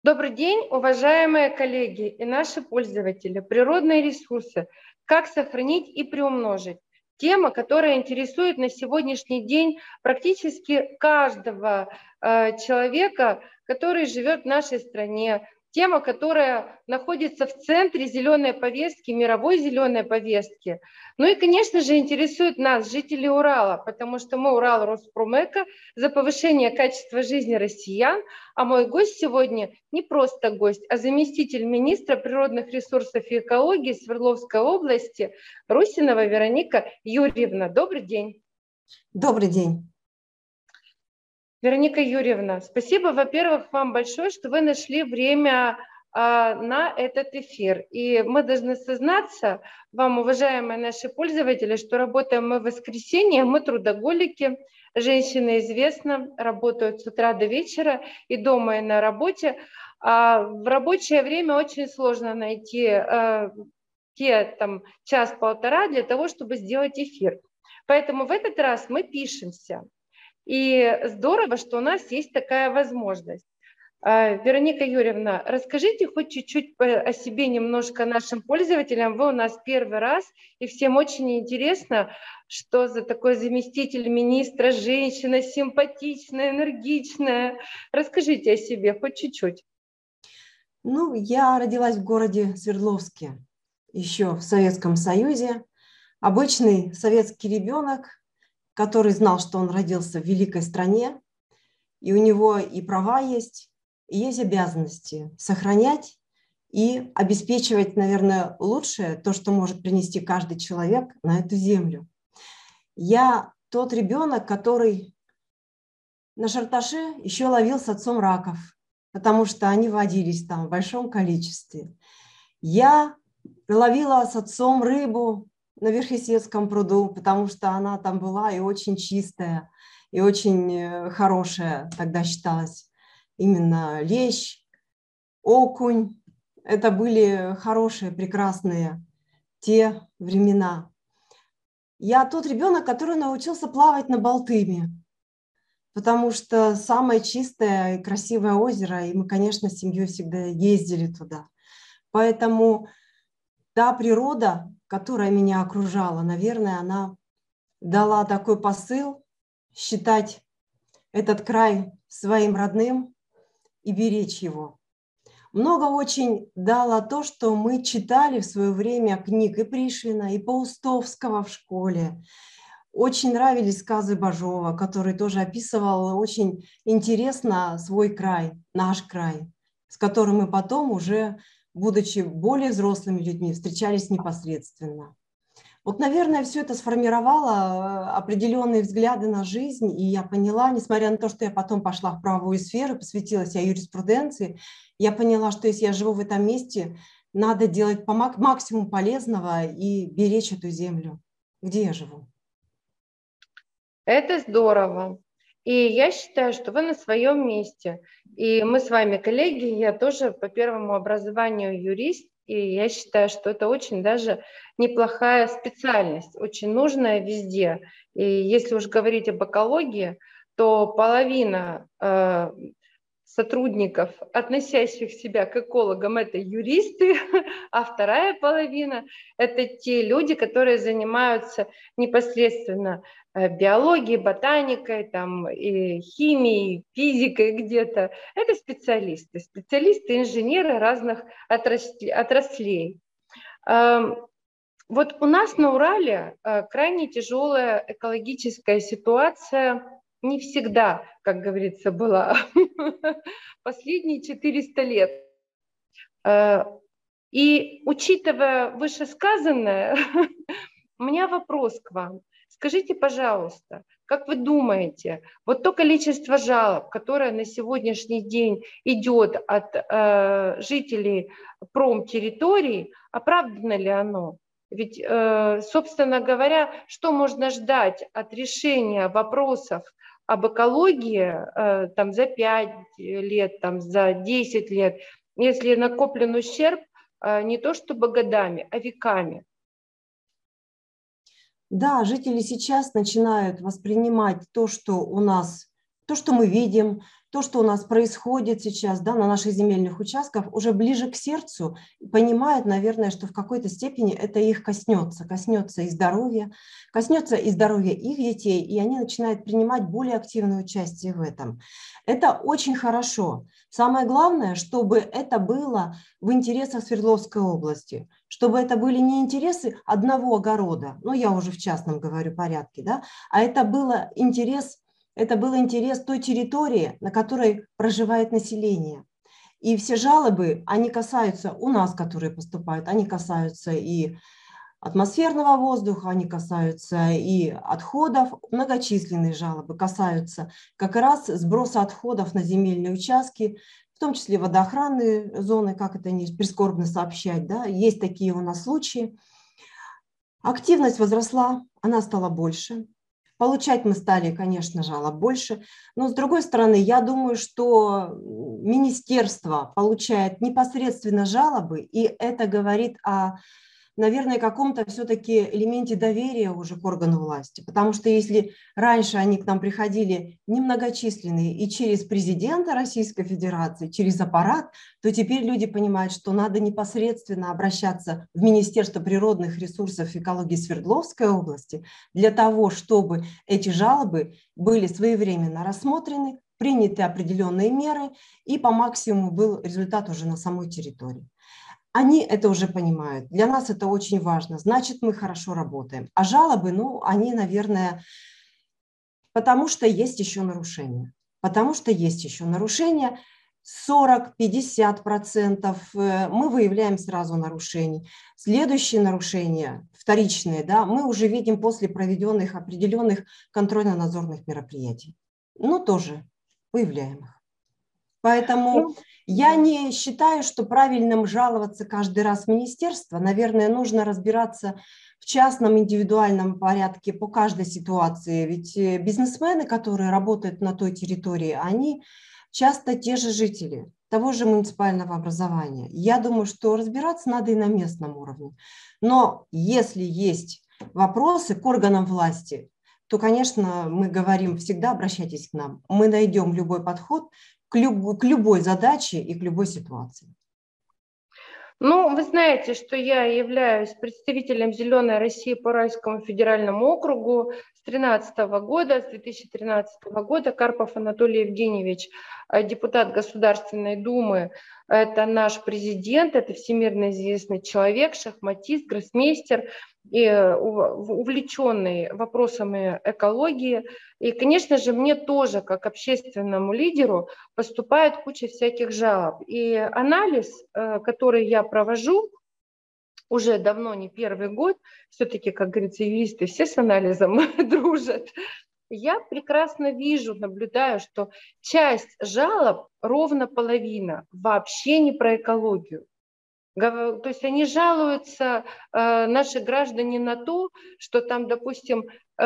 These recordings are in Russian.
Добрый день, уважаемые коллеги и наши пользователи. Природные ресурсы. Как сохранить и приумножить? Тема, которая интересует на сегодняшний день практически каждого человека, который живет в нашей стране. Тема, которая находится в центре зеленой повестки, мировой зеленой повестки. Ну и, конечно же, интересует нас, жителей Урала, потому что мы Урал Роспромека за повышение качества жизни россиян. А мой гость сегодня не просто гость, а заместитель министра природных ресурсов и экологии Свердловской области Русинова Вероника Юрьевна. Добрый день. Добрый день. Вероника Юрьевна, спасибо, во-первых, вам большое, что вы нашли время на этот эфир. И мы должны сознаться вам, уважаемые наши пользователи, что работаем мы в воскресенье, мы трудоголики, женщины известно, работают с утра до вечера и дома, и на работе. А в рабочее время очень сложно найти час-полтора для того, чтобы сделать эфир. Поэтому в этот раз мы пишемся. И здорово, что у нас есть такая возможность. Вероника Юрьевна, расскажите хоть чуть-чуть о себе немножко нашим пользователям. Вы у нас первый раз, и всем очень интересно, что за такой заместитель министра, женщина симпатичная, энергичная. Расскажите о себе хоть чуть-чуть. Ну, я родилась в городе Свердловске, еще в Советском Союзе. Обычный советский ребенок, который знал, что он родился в великой стране, и у него и права есть, и есть обязанности сохранять и обеспечивать, наверное, лучшее, то, что может принести каждый человек на эту землю. Я тот ребенок, который на Шарташе еще ловил с отцом раков, потому что они водились там в большом количестве. Я ловила с отцом рыбу на Верхесецком пруду, потому что она там была и очень чистая, и очень хорошая тогда считалась. Именно лещ, окунь. Это были хорошие, прекрасные те времена. Я тот ребенок, который научился плавать на Балтыме, потому что самое чистое и красивое озеро, и мы, конечно, с семьей всегда ездили туда. Поэтому та природа, которая меня окружала, наверное, она дала такой посыл считать этот край своим родным и беречь его. Много очень дало то, что мы читали в свое время книг и Пришвина, и Паустовского в школе. Очень нравились сказы Бажова, который тоже описывал очень интересно свой край, наш край, с которым мы потом уже, будучи более взрослыми людьми, встречались непосредственно. Вот, наверное, все это сформировало определенные взгляды на жизнь, и я поняла, несмотря на то, что я потом пошла в правовую сферу, посвятилась я юриспруденции, я поняла, что если я живу в этом месте, надо делать по максимуму полезного и беречь эту землю, где я живу. Это здорово. И я считаю, что вы на своем месте. И мы с вами коллеги, я тоже по первому образованию юрист, и я считаю, что это очень даже неплохая специальность, очень нужная везде. И если уж говорить об экологии, то половина сотрудников, относящих себя к экологам, это юристы, а вторая половина – это те люди, которые занимаются непосредственно биологией, ботаникой, там, и химией, физикой где-то. Это специалисты, инженеры разных отраслей. Вот у нас на Урале крайне тяжелая экологическая ситуация, не всегда, как говорится, была последние 400 лет. И учитывая вышесказанное, у меня вопрос к вам. Скажите, пожалуйста, как вы думаете, вот то количество жалоб, которое на сегодняшний день идет от жителей промтерриторий, оправдано ли оно? Ведь, собственно говоря, что можно ждать от решения вопросов об экологии там, за 5 лет, там, за 10 лет, если накоплен ущерб не то чтобы годами, а веками? Да, жители сейчас начинают воспринимать то, что у нас, то, что мы видим, то, что у нас происходит сейчас, да, на наших земельных участках, уже ближе к сердцу, понимают, наверное, что в какой-то степени это их коснется их здоровья их детей, и они начинают принимать более активное участие в этом. Это очень хорошо. Самое главное, чтобы это было в интересах Свердловской области, чтобы это были не интересы одного огорода, ну, я уже в частном говорю порядке, да, а это был интерес той территории, на которой проживает население. И все жалобы, они касаются у нас, которые поступают, они касаются и атмосферного воздуха, они касаются и отходов. Многочисленные жалобы касаются как раз сброса отходов на земельные участки, в том числе водоохранные зоны, как это не прискорбно сообщать, да, есть такие у нас случаи. Активность возросла, она стала больше. Получать мы стали, конечно, жалоб больше, но с другой стороны, я думаю, что министерство получает непосредственно жалобы, и это говорит о, наверное, каком-то все-таки элементе доверия уже к органу власти. Потому что если раньше они к нам приходили немногочисленные и через президента Российской Федерации, через аппарат, то теперь люди понимают, что надо непосредственно обращаться в Министерство природных ресурсов и экологии Свердловской области для того, чтобы эти жалобы были своевременно рассмотрены, приняты определенные меры, и по максимуму был результат уже на самой территории. Они это уже понимают. Для нас это очень важно. Значит, мы хорошо работаем. А жалобы, ну, они, наверное, потому что есть еще нарушения. 40-50% мы выявляем сразу нарушений. Следующие нарушения, вторичные, да, мы уже видим после проведенных определенных контрольно-надзорных мероприятий. Но тоже выявляем их. Поэтому я не считаю, что правильным жаловаться каждый раз в министерство. Наверное, нужно разбираться в частном индивидуальном порядке по каждой ситуации. Ведь бизнесмены, которые работают на той территории, они часто те же жители того же муниципального образования. Я думаю, что разбираться надо и на местном уровне. Но если есть вопросы к органам власти, то, конечно, мы говорим всегда, обращайтесь к нам. Мы найдем любой подход к любой задаче и к любой ситуации. Ну, вы знаете, что я являюсь представителем «Зеленой России» по Уральскому федеральному округу с 2013 года. Карпов Анатолий Евгеньевич, депутат Государственной Думы, это наш президент, это всемирно известный человек, шахматист, гроссмейстер, и увлеченный вопросами экологии. И, конечно же, мне тоже, как общественному лидеру, поступает куча всяких жалоб. И анализ, который я провожу, уже давно, не первый год, все-таки, как говорится, юристы все с анализом дружат, я прекрасно вижу, наблюдаю, что часть жалоб, ровно половина, вообще не про экологию. То есть они жалуются, наши граждане, на то, что там, допустим,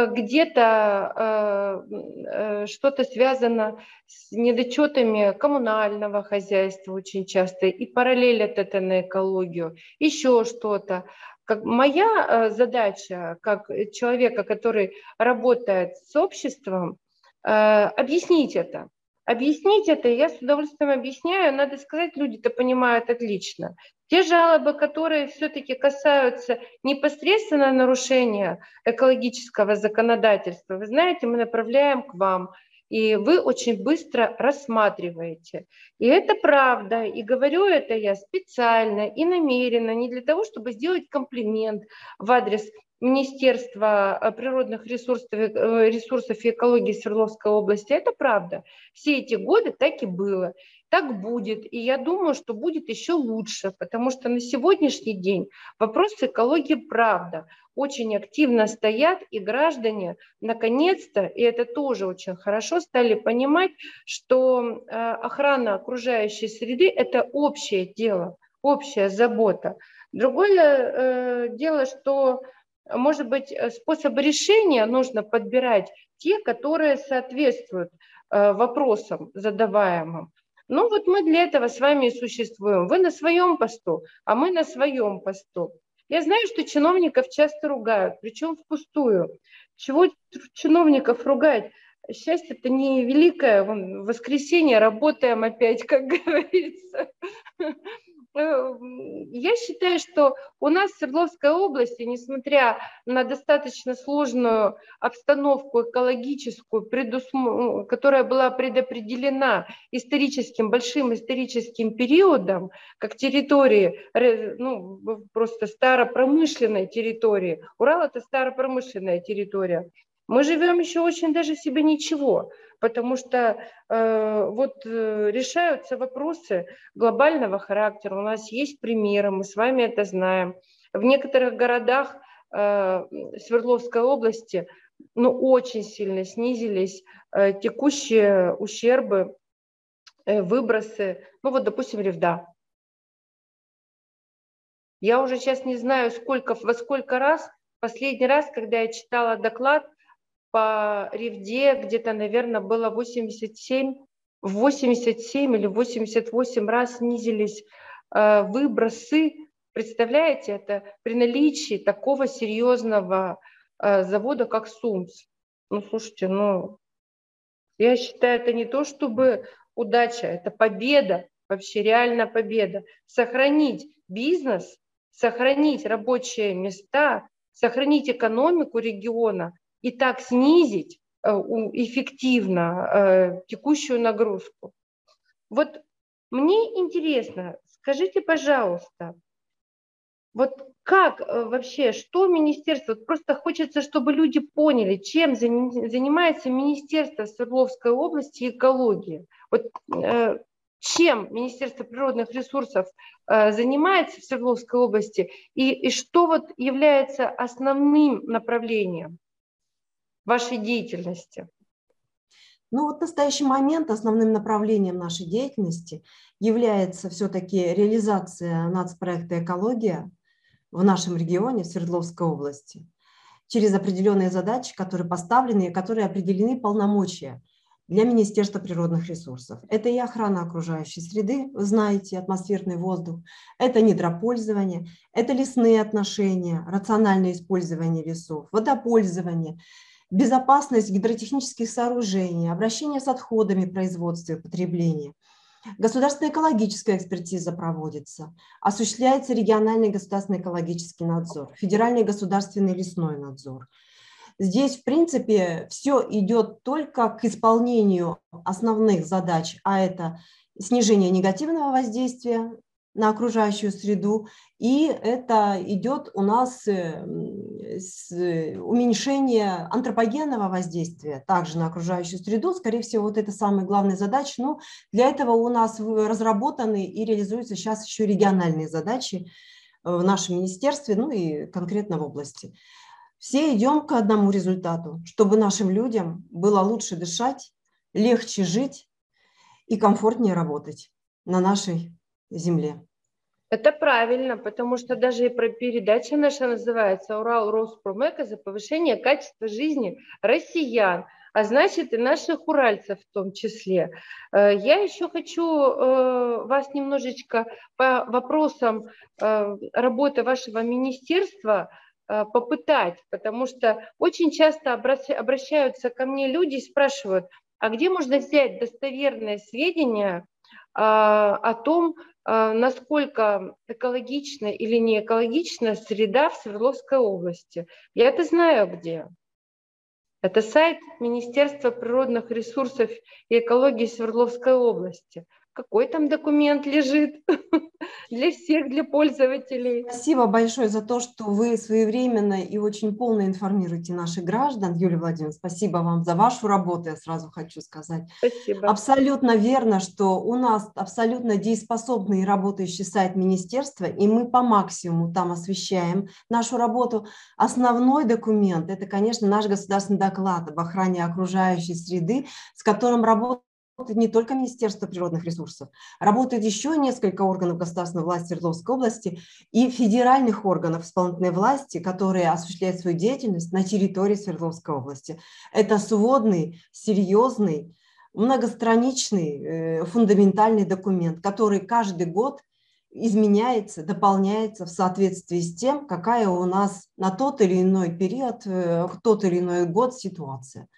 где-то что-то связано с недочетами коммунального хозяйства очень часто, и параллелят это на экологию, еще что-то. Моя задача, как человека, который работает с обществом, объяснить это. Объяснить это, я с удовольствием объясняю, надо сказать, люди-то понимают отлично. Те жалобы, которые все-таки касаются непосредственно нарушения экологического законодательства, вы знаете, мы направляем к вам, и вы очень быстро рассматриваете. И это правда, и говорю это я специально и намеренно, не для того, чтобы сделать комплимент в адрес Министерства природных ресурсов и экологии Свердловской области. Это правда. Все эти годы так и было. Так будет. И я думаю, что будет еще лучше, потому что на сегодняшний день вопросы экологии, правда, очень активно стоят, и граждане наконец-то, и это тоже очень хорошо, стали понимать, что охрана окружающей среды – это общее дело, общая забота. Другое дело, что, может быть, способы решения нужно подбирать те, которые соответствуют вопросам задаваемым. Ну вот мы для этого с вами и существуем. Вы на своем посту, а мы на своем посту. Я знаю, что чиновников часто ругают, причем впустую. Чего чиновников ругать? счастье это не великое, в воскресенье работаем опять, как говорится. Я считаю, что у нас в Свердловской области, несмотря на достаточно сложную обстановку экологическую, которая была предопределена большим историческим периодом, как территории, ну, просто старопромышленной территории. Урал – это старопромышленная территория. Мы живем еще очень даже себе ничего, потому что решаются вопросы глобального характера. У нас есть примеры, мы с вами это знаем. В некоторых городах Свердловской области очень сильно снизились текущие ущербы, выбросы. Допустим, Ревда. Я уже сейчас не знаю, во сколько раз, последний раз, когда я читала доклад по Ревде, где-то, наверное, было 87 или 88 раз снизились выбросы. Представляете, это при наличии такого серьезного завода, как СУМС. Слушайте, я считаю, это не то чтобы удача, это победа, вообще реально победа. Сохранить бизнес, сохранить рабочие места, сохранить экономику региона и так снизить эффективно текущую нагрузку. Вот мне интересно, скажите, пожалуйста, как вообще, что министерство, просто хочется, чтобы люди поняли, чем занимается Министерство Свердловской области экологии. Чем Министерство природных ресурсов занимается в Свердловской области и что является основным направлением вашей деятельности? В настоящий момент основным направлением нашей деятельности является все-таки реализация нацпроекта «Экология» в нашем регионе, в Свердловской области, через определенные задачи, которые поставлены и которые определены полномочия для Министерства природных ресурсов. Это и охрана окружающей среды, вы знаете, атмосферный воздух, это недропользование, это лесные отношения, рациональное использование лесов, водопользование, безопасность гидротехнических сооружений, обращение с отходами производства и потребления. Государственная экологическая экспертиза проводится, осуществляется региональный государственный экологический надзор, федеральный государственный лесной надзор. Здесь, в принципе, все идет только к исполнению основных задач, а это снижение негативного воздействия на окружающую среду, и это идет у нас уменьшение антропогенного воздействия также на окружающую среду. Скорее всего, это самая главная задача. Но для этого у нас разработаны и реализуются сейчас еще региональные задачи в нашем министерстве, и конкретно в области. Все идем к одному результату, чтобы нашим людям было лучше дышать, легче жить и комфортнее работать на нашей земле. Это правильно, потому что даже и передача наша называется «Урал Роспромэко за повышение качества жизни россиян», а значит и наших уральцев в том числе. Я еще хочу вас немножечко по вопросам работы вашего министерства попытать, потому что очень часто обращаются ко мне люди и спрашивают, а где можно взять достоверные сведения о том, насколько экологична или не экологична среда в Свердловской области. Я это знаю где. Это сайт Министерства природных ресурсов и экологии Свердловской области. Какой там документ лежит для всех, для пользователей? Спасибо большое за то, что вы своевременно и очень полно информируете наших граждан. Юлия Владимировна, спасибо вам за вашу работу, я сразу хочу сказать. Спасибо. Абсолютно верно, что у нас абсолютно дееспособный и работающий сайт министерства, и мы по максимуму там освещаем нашу работу. Основной документ – это, конечно, наш государственный доклад об охране окружающей среды, с которым работает не только Министерство природных ресурсов, работает еще несколько органов государственной власти Свердловской области и федеральных органов исполнительной власти, которые осуществляют свою деятельность на территории Свердловской области. Это сводный, серьезный, многостраничный, фундаментальный документ, который каждый год изменяется, дополняется в соответствии с тем, какая у нас на тот или иной период, в тот или иной год ситуация.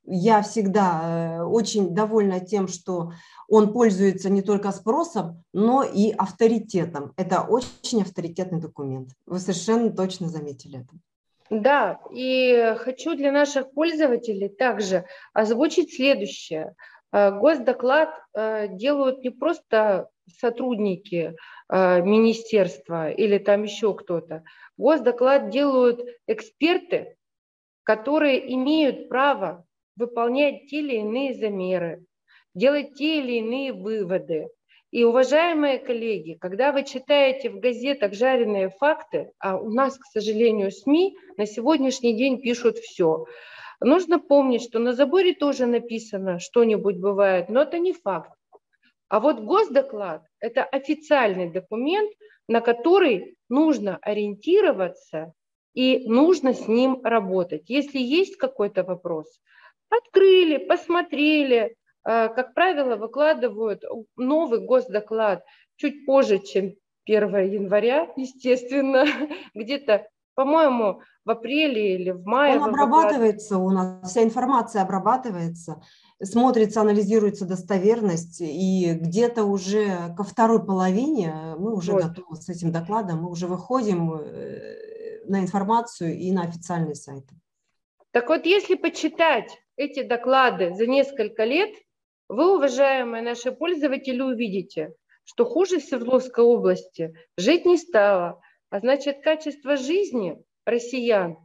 я всегда очень довольна тем, что он пользуется не только спросом, но и авторитетом. Это очень авторитетный документ. Вы совершенно точно заметили это. Да, и хочу для наших пользователей также озвучить следующее. Госдоклад делают не просто сотрудники министерства или там еще кто-то. Госдоклад делают эксперты, которые имеют право выполнять те или иные замеры, делать те или иные выводы. И, уважаемые коллеги, когда вы читаете в газетах жареные факты, а у нас, к сожалению, СМИ на сегодняшний день пишут все, нужно помнить, что на заборе тоже написано что-нибудь бывает, но это не факт. А вот госдоклад – это официальный документ, на который нужно ориентироваться и нужно с ним работать. Если есть какой-то вопрос, открыли, посмотрели. Как правило, выкладывают новый госдоклад чуть позже, чем 1 января, естественно, где-то, по-моему, в апреле или в мае. Он обрабатывается у нас, вся информация обрабатывается, смотрится, анализируется достоверность, и где-то уже ко второй половине мы уже готовы с этим докладом, мы уже выходим на информацию и на официальные сайты. Так вот, если почитать эти доклады за несколько лет, вы, уважаемые наши пользователи, увидите, что хуже в Свердловской области жить не стало, а значит, качество жизни россиян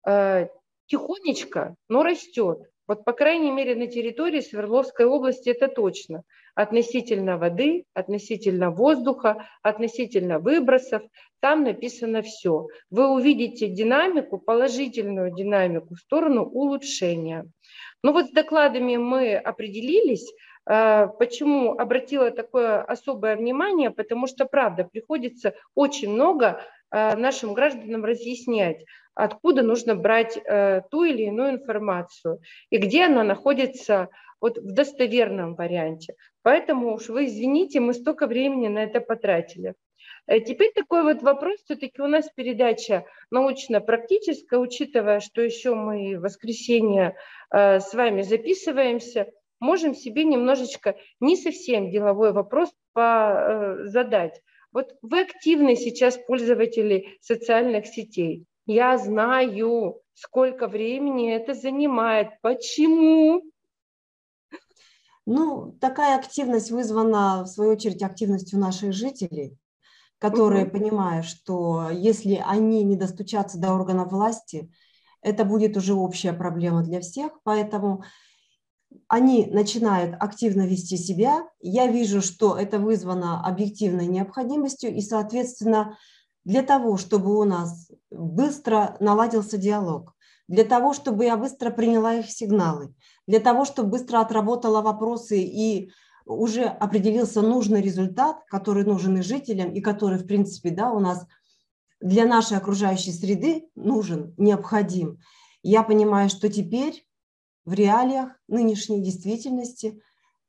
тихонечко, но растет. Вот, по крайней мере, на территории Свердловской области это точно. Относительно воды, относительно воздуха, относительно выбросов. Там написано все. Вы увидите динамику, положительную динамику в сторону улучшения. Ну вот с докладами мы определились. Почему обратила такое особое внимание? Потому что, правда, приходится очень много нашим гражданам разъяснять, откуда нужно брать ту или иную информацию и где она находится вот в достоверном варианте. Поэтому уж вы извините, мы столько времени на это потратили. Теперь такой вот вопрос, все-таки у нас передача научно-практическая, учитывая, что еще мы в воскресенье с вами записываемся, можем себе немножечко не совсем деловой вопрос задать. Вот вы активны сейчас пользователи социальных сетей. Я знаю, сколько времени это занимает. Почему? Ну, такая активность вызвана, в свою очередь, активностью наших жителей, которые, понимая, что если они не достучатся до органов власти, это будет уже общая проблема для всех, поэтому они начинают активно вести себя. Я вижу, что это вызвано объективной необходимостью, и, соответственно, для того, чтобы у нас быстро наладился диалог, для того, чтобы я быстро приняла их сигналы, для того, чтобы быстро отработала вопросы и уже определился нужный результат, который нужен и жителям, и который, в принципе, да, у нас для нашей окружающей среды нужен, необходим. Я понимаю, что теперь в реалиях нынешней действительности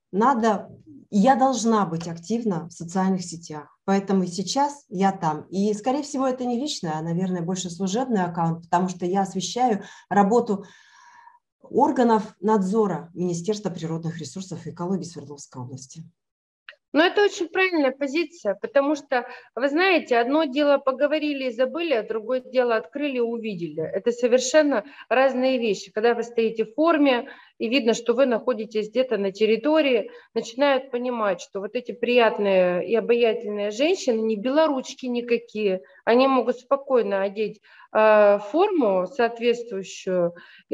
я должна быть активна в социальных сетях. Поэтому сейчас я там. И, скорее всего, это не личный, а, наверное, больше служебный аккаунт, потому что я освещаю работу органов надзора Министерства природных ресурсов и экологии Свердловской области. Но это очень правильная позиция, потому что, вы знаете, одно дело поговорили и забыли, а другое дело открыли и увидели. Это совершенно разные вещи. Когда вы стоите в форме и видно, что вы находитесь где-то на территории, начинают понимать, что вот эти приятные и обаятельные женщины не белоручки никакие, они могут спокойно одеть форму соответствующую,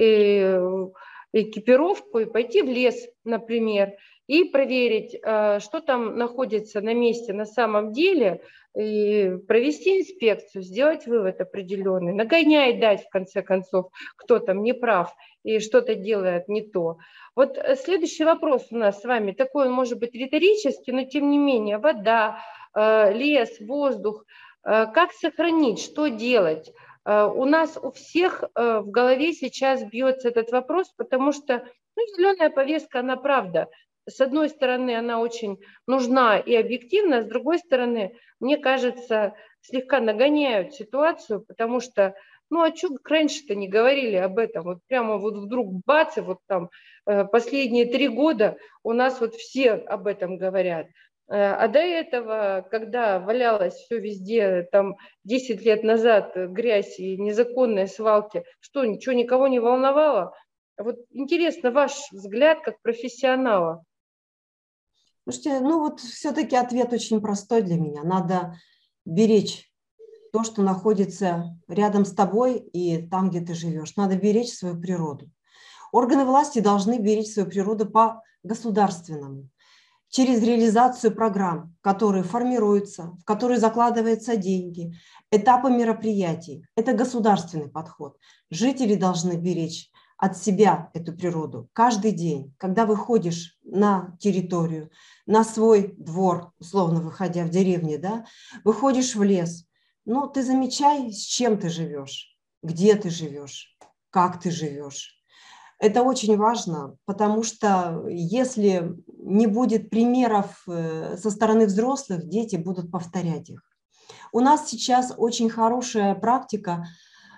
экипировку и пойти в лес, например, и проверить, что там находится на месте на самом деле, и провести инспекцию, сделать вывод определенный, нагонять дать, в конце концов, кто там не прав и что-то делает не то. Вот следующий вопрос у нас с вами, такой он может быть риторический, но тем не менее, вода, лес, воздух, как сохранить, что делать? У нас у всех в голове сейчас бьется этот вопрос, потому что зеленая повестка, она правда. С одной стороны, она очень нужна и объективна, с другой стороны, мне кажется, слегка нагоняют ситуацию, потому что Ну, а что раньше-то не говорили об этом? Вот прямо вот вдруг бац, и вот там последние 3 года у нас вот все об этом говорят. А до этого, когда валялось все везде, там 10 лет назад грязь и незаконные свалки, что, ничего никого не волновало? Вот интересно ваш взгляд как профессионала. Слушайте, ну вот все-таки ответ очень простой для меня. Надо беречь то, что находится рядом с тобой и там, где ты живешь. Надо беречь свою природу. Органы власти должны беречь свою природу по-государственному, через реализацию программ, которые формируются, в которые закладываются деньги, этапы мероприятий. Это государственный подход. Жители должны беречь от себя эту природу каждый день, когда выходишь на территорию, на свой двор, условно выходя в деревне, да, выходишь в лес. Ну, ты замечай, с чем ты живешь, где ты живешь, как ты живешь. Это очень важно, потому что если не будет примеров со стороны взрослых, дети будут повторять их. У нас сейчас очень хорошая практика.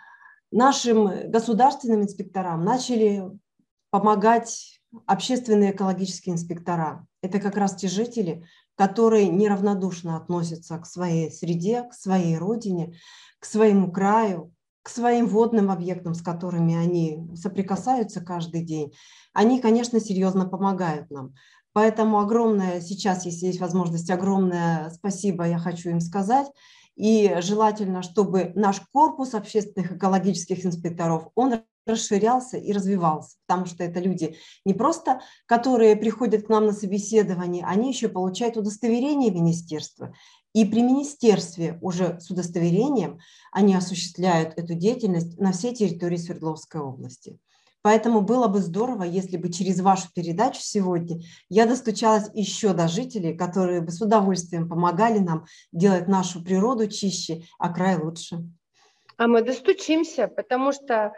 Нашим государственным инспекторам начали помогать общественные экологические инспектора. Это как раз те жители, которые неравнодушно относятся к своей среде, к своей родине, к своему краю, к своим водным объектам, с которыми они соприкасаются каждый день. Они, конечно, серьезно помогают нам. Поэтому огромное, сейчас, если есть возможность, огромное спасибо я хочу им сказать. И желательно, чтобы наш корпус общественных экологических инспекторов, он расширялся и развивался, потому что это люди не просто, которые приходят к нам на собеседование, они еще получают удостоверение министерства. И при министерстве уже с удостоверением они осуществляют эту деятельность на всей территории Свердловской области. Поэтому было бы здорово, если бы через вашу передачу сегодня я достучалась еще до жителей, которые бы с удовольствием помогали нам делать нашу природу чище, а край лучше. А мы достучимся, потому что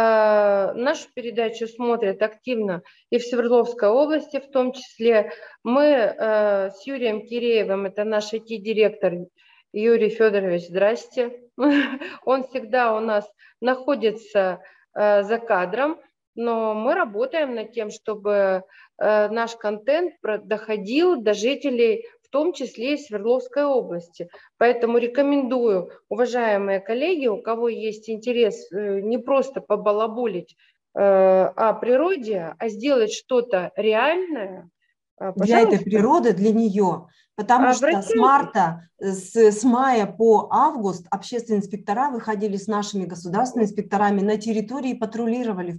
нашу передачу смотрят активно и в Свердловской области в том числе. Мы с Юрием Киреевым, это наш IT-директор Юрий Федорович, здрасте. Он всегда у нас находится за кадром, но мы работаем над тем, чтобы наш контент доходил до жителей, в том числе и Свердловской области. Поэтому рекомендую, уважаемые коллеги, у кого есть интерес не просто побалаболить о природе, а сделать что-то реальное, Для этой пожалуйста, природы, для нее. Потому что с обращайтесь. марта, с мая по август общественные инспектора выходили с нашими государственными инспекторами на территории и патрулировали,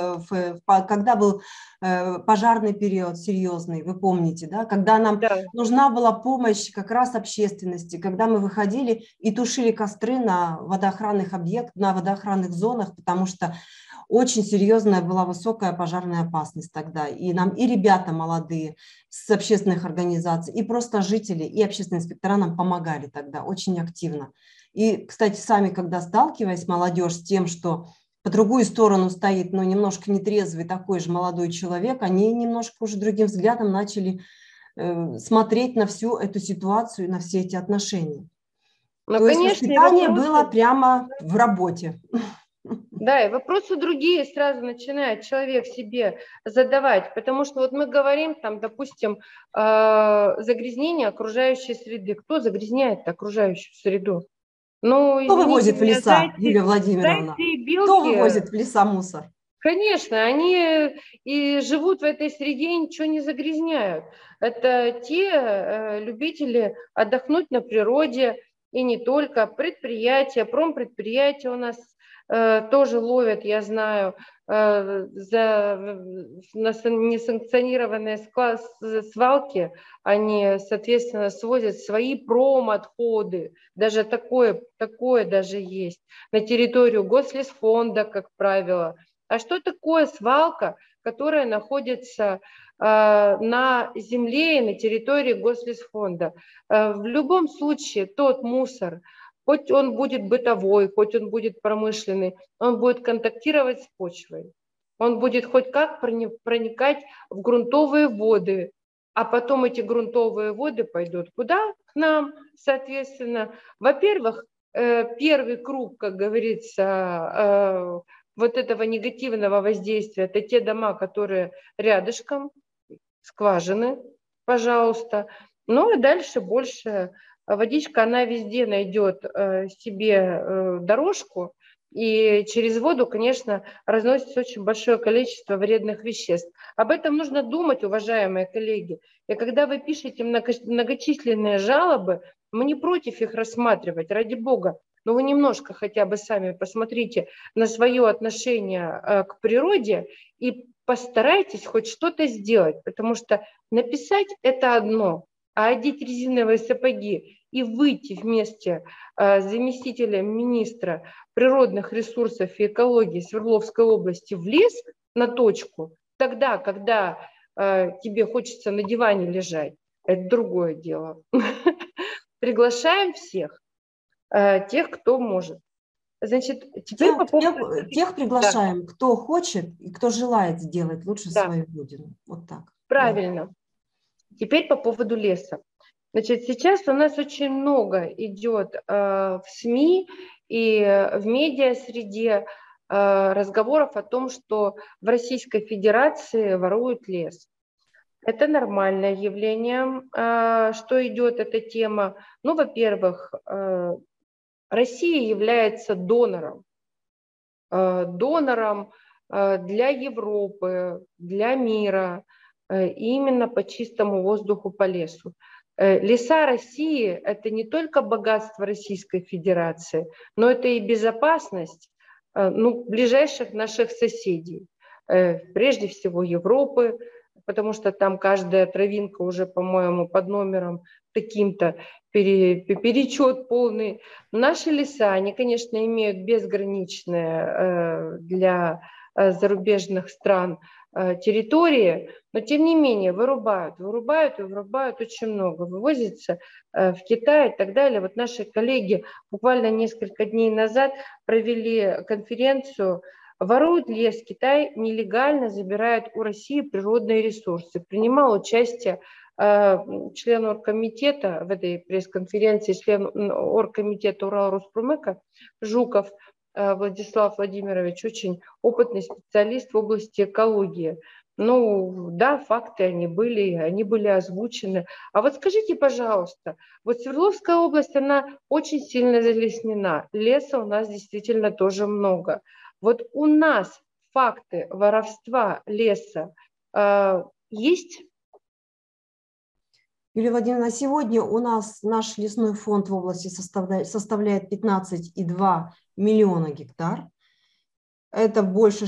когда был пожарный период серьезный, вы помните, да, когда нам Да. нужна была помощь как раз общественности, когда мы выходили и тушили костры на водоохранных объектах, на водоохранных зонах, потому что очень серьезная была высокая пожарная опасность тогда. И нам, и ребята молодые с общественных организаций, и просто жители, и общественные инспектора нам помогали тогда очень активно. И, кстати, сами, когда сталкиваясь, молодежь, с тем, что по другую сторону стоит, но немножко нетрезвый такой же молодой человек, они немножко уже другим взглядом начали смотреть на всю эту ситуацию, на все эти отношения. Ну, То есть конечно, и воспитание было вопросы. прямо в работе. Да, и вопросы другие сразу начинает человек себе задавать, потому что вот мы говорим там, допустим, загрязнение окружающей среды. Кто загрязняет окружающую среду? Ну, Кто извините вывозит в меня, леса, Юлия зайцы Владимировна? и Кто белки, вывозит в леса мусор? конечно, они и живут в этой среде и ничего не загрязняют. Это те любители отдохнуть на природе, и не только. Предприятия, промпредприятия у нас тоже ловят, я знаю, за несанкционированные свалки. Они, соответственно, свозят свои промотходы. Даже такое даже есть. На территорию Гослесфонда, как правило. А что такое свалка, которая находится на земле и на территории Гослесфонда? В любом случае тот мусор, хоть он будет бытовой, хоть он будет промышленный, он будет контактировать с почвой. Он будет хоть как проникать в грунтовые воды, а потом эти грунтовые воды пойдут куда? К нам, соответственно. Во-первых, первый круг, как говорится, вот этого негативного воздействия, это те дома, которые рядышком, скважины, пожалуйста. Ну и дальше больше водичка, она везде найдет себе дорожку, и через воду, конечно, разносится очень большое количество вредных веществ. Об этом нужно думать, уважаемые коллеги. И когда вы пишете многочисленные жалобы, мы не против их рассматривать, ради бога. Но вы немножко хотя бы сами посмотрите на свое отношение к природе и постарайтесь хоть что-то сделать, потому что написать это одно, а одеть резиновые сапоги и выйти вместе с заместителем министра природных ресурсов и экологии Свердловской области в лес на точку, тогда, когда тебе хочется на диване лежать, это другое дело. Приглашаем всех, тех, кто может. Значит, теперь по поводу... Тех приглашаем, да, кто хочет и кто желает сделать лучше, да, свою родину. Вот так. Правильно. Да. Теперь по поводу леса. Значит, сейчас у нас очень много идет в СМИ и в медиасреде разговоров о том, что в Российской Федерации воруют лес. Это нормальное явление, что идет эта тема. Ну, во-первых, Россия является донором для Европы, для мира, именно по чистому воздуху, по лесу. Леса России – это не только богатство Российской Федерации, но это и безопасность ближайших наших соседей, прежде всего Европы, потому что там каждая травинка уже, по-моему, под номером таким-то, перечет полный. Наши леса, они, конечно, имеют безграничные для зарубежных стран территории, но тем не менее вырубают очень много, вывозится в Китай и так далее. Вот наши коллеги буквально несколько дней назад провели конференцию «Воруют лес, Китай нелегально забирает у России природные ресурсы». Принимал участие член оргкомитета в этой пресс-конференции, член оргкомитета Урал-Роспромека Жуков Владислав Владимирович, очень опытный специалист в области экологии. Ну, да, факты они были озвучены. А вот скажите, пожалуйста, вот Свердловская область, она очень сильно залеснена. Леса у нас действительно тоже много. Вот у нас факты воровства леса есть? Юлия Владимировна, сегодня у нас наш лесной фонд в области составляет 15,2 миллиона гектар. Это больше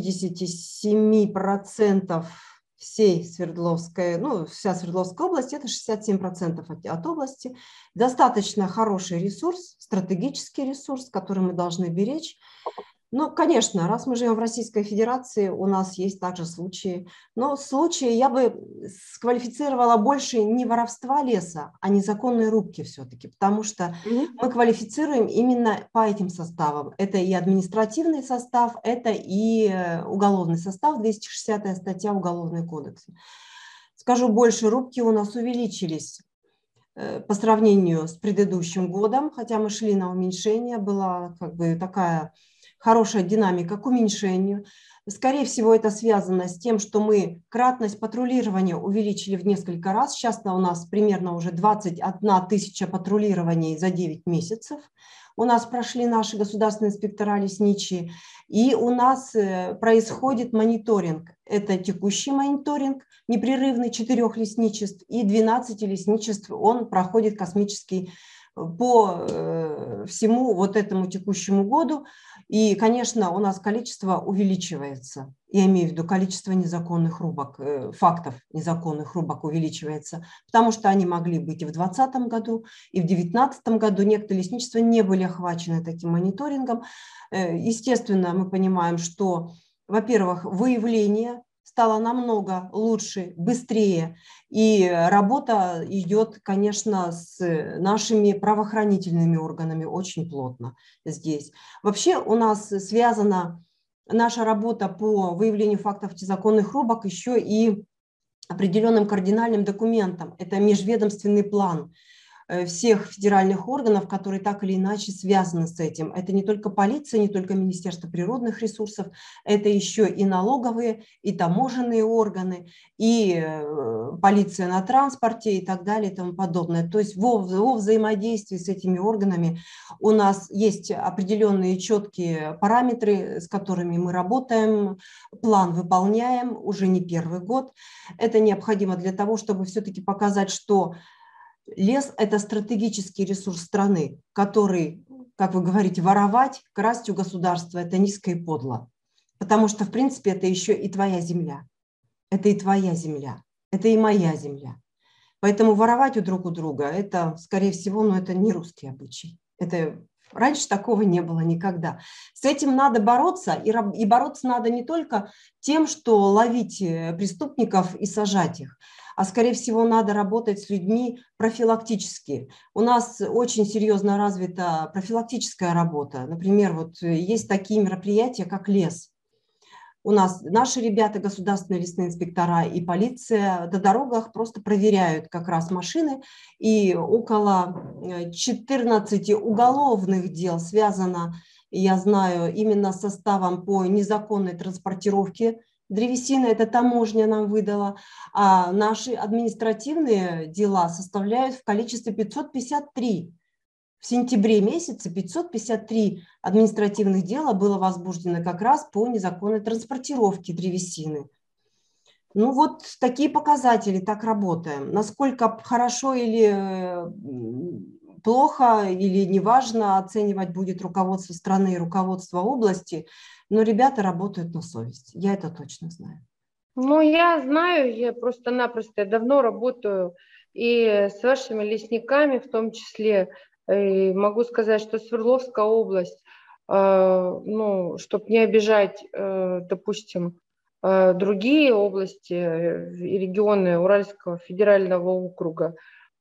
67% всей Свердловской, вся Свердловская область, это 67% от области. Достаточно хороший ресурс, стратегический ресурс, который мы должны беречь. Ну, конечно, раз мы живем в Российской Федерации, у нас есть также случаи. Но случаи я бы сквалифицировала больше не воровства леса, а незаконной рубки все-таки, потому что мы квалифицируем именно по этим составам. Это и административный состав, это и уголовный состав, 260-я статья Уголовного кодекса. Скажу больше, рубки у нас увеличились по сравнению с предыдущим годом, хотя мы шли на уменьшение, была как бы такая хорошая динамика к уменьшению. Скорее всего, это связано с тем, что мы кратность патрулирования увеличили в несколько раз. Сейчас у нас примерно уже 21 тысяча патрулирований за 9 месяцев. У нас прошли наши государственные инспектора лесничие, и у нас происходит мониторинг. Это текущий мониторинг, непрерывный 4 лесничеств и 12 лесничеств. Он проходит космический по всему вот этому текущему году. И, конечно, у нас количество увеличивается. Я имею в виду количество незаконных рубок, фактов незаконных рубок увеличивается, потому что они могли быть и в 2020 году, и в 2019 году. Некоторые лесничества не были охвачены таким мониторингом. Естественно, мы понимаем, что, во-первых, выявление стало намного лучше, быстрее, и работа идет, конечно, с нашими правоохранительными органами очень плотно здесь. Вообще у нас связана наша работа по выявлению фактов незаконных рубок еще и определенным кардинальным документом. Это межведомственный план. всех федеральных органов, которые так или иначе связаны с этим. Это не только полиция, не только Министерство природных ресурсов, это еще и налоговые, и таможенные органы, и полиция на транспорте и так далее и тому подобное. То есть во взаимодействии с этими органами у нас есть определенные четкие параметры, с которыми мы работаем, план выполняем уже не первый год. Это необходимо для того, чтобы все-таки показать, что лес – это стратегический ресурс страны, который, как вы говорите, воровать, красть у государства – это низко и подло. Потому что, в принципе, это еще и твоя земля. Это и твоя земля. Это и моя земля. Поэтому воровать у друга – это, скорее всего, это не русский обычай. Это раньше такого не было никогда. С этим надо бороться. И бороться надо не только тем, что ловить преступников и сажать их, а, скорее всего, надо работать с людьми профилактически. У нас очень серьезно развита профилактическая работа. Например, есть такие мероприятия, как лес. У нас наши ребята, государственные лесные инспектора и полиция на дорогах просто проверяют как раз машины. И около 14 уголовных дел связано, я знаю, именно с составом по незаконной транспортировке древесины. Это таможня нам выдала. А наши административные дела составляют в количестве 553. В сентябре месяце 553 административных дела было возбуждено как раз по незаконной транспортировке древесины. Такие показатели, так работаем. Насколько хорошо или плохо, или неважно оценивать будет руководство страны и руководство области, но ребята работают на совесть. Я это точно знаю. Я знаю, я просто-напросто давно работаю и с вашими лесниками в том числе. И могу сказать, что Свердловская область, чтобы не обижать, допустим, другие области и регионы Уральского федерального округа,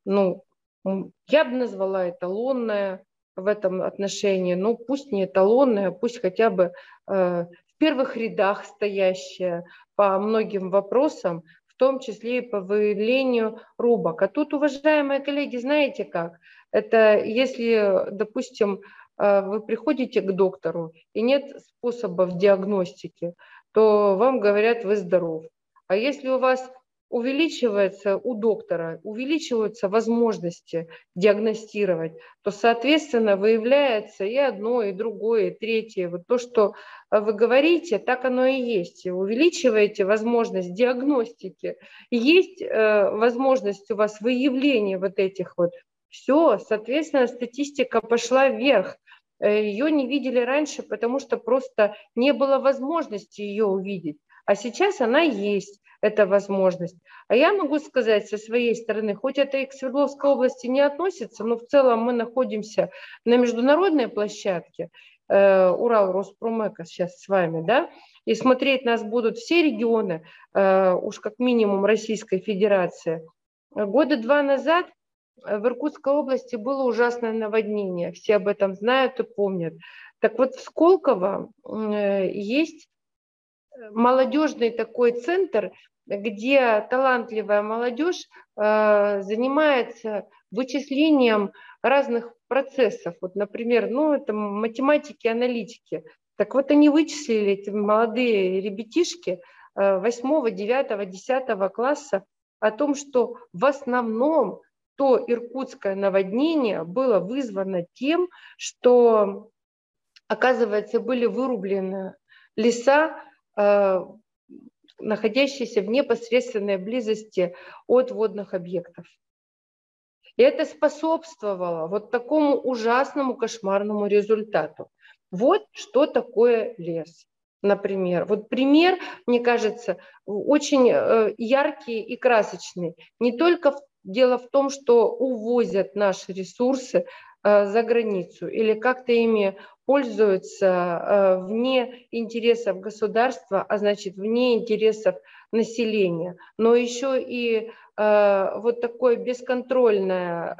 я бы назвала эталонная в этом отношении, пусть не эталонная, пусть хотя бы в первых рядах стоящая по многим вопросам, в том числе и по выявлению рубок. А тут, уважаемые коллеги, знаете как? Это если, допустим, вы приходите к доктору и нет способов диагностики, то вам говорят, вы здоров. А если у вас увеличивается у доктора, увеличиваются возможности диагностировать, то, соответственно, выявляется и одно, и другое, и третье. Вот то, что вы говорите, так оно и есть. Увеличиваете возможность диагностики, есть возможность у вас выявления вот этих все, соответственно, статистика пошла вверх. Ее не видели раньше, потому что просто не было возможности ее увидеть. А сейчас она есть, эта возможность. А я могу сказать со своей стороны, хоть это и к Свердловской области не относится, но в целом мы находимся на международной площадке, Урал Роспромека сейчас с вами, да, и смотреть нас будут все регионы, уж как минимум Российской Федерации. Года 2 назад в Иркутской области было ужасное наводнение, все об этом знают и помнят. Так вот, в Сколково есть молодежный такой центр, где талантливая молодежь занимается вычислением разных процессов. Например, это математики, аналитики. Так вот, они вычислили, эти молодые ребятишки 8, 9, 10 класса, о том, что в основном то иркутское наводнение было вызвано тем, что, оказывается, были вырублены леса, находящиеся в непосредственной близости от водных объектов. И это способствовало такому ужасному, кошмарному результату. Вот что такое лес. Например, пример, мне кажется, очень яркий и красочный. Не только дело в том, что увозят наши ресурсы за границу или как-то ими пользуются вне интересов государства, а значит вне интересов населения, но еще и такие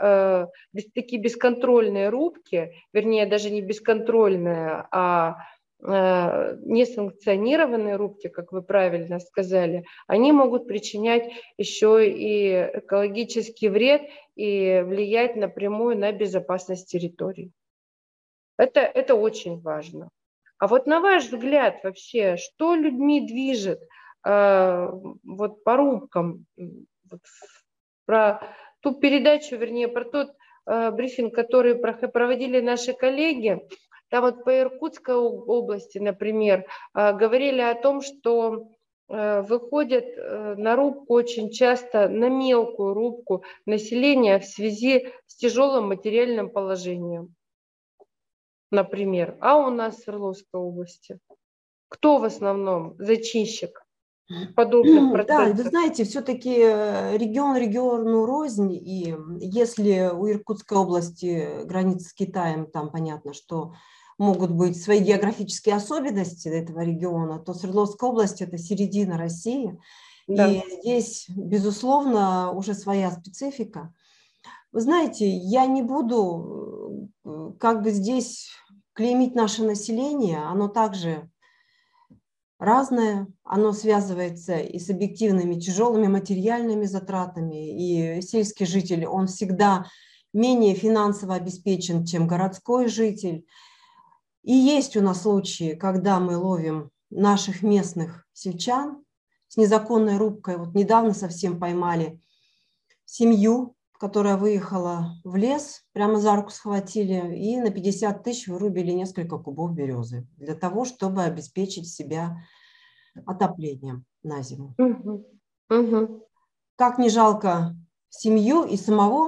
бесконтрольные рубки, вернее даже не бесконтрольные, а несанкционированные рубки, как вы правильно сказали, они могут причинять еще и экологический вред и влиять напрямую на безопасность территорий. Это очень важно. А вот на ваш взгляд вообще, что людьми движет вот по рубкам? Вот про ту передачу, вернее, про тот брифинг, который проводили наши коллеги, там вот по Иркутской области, например, говорили о том, что выходят на рубку очень часто, на мелкую рубку населения в связи с тяжелым материальным положением, например. А у нас в Свердловской области кто в основном зачинщик подобных Да, вы процессов? знаете, все-таки регион региону рознь, и если у Иркутской области граница с Китаем, там понятно, что могут быть свои географические особенности этого региона, то Свердловская область – это середина России, Да. и здесь, безусловно, уже своя специфика. Вы знаете, я не буду как бы здесь клеймить наше население, оно также разное, оно связывается и с объективными тяжелыми материальными затратами, и сельский житель, он всегда менее финансово обеспечен, чем городской житель. И есть у нас случаи, когда мы ловим наших местных сельчан с незаконной рубкой. Вот недавно совсем поймали семью, которая выехала в лес, прямо за руку схватили и на 50 тысяч вырубили несколько кубов березы для того, чтобы обеспечить себя отоплением на зиму. Мгм. Мгм. Как не жалко семью и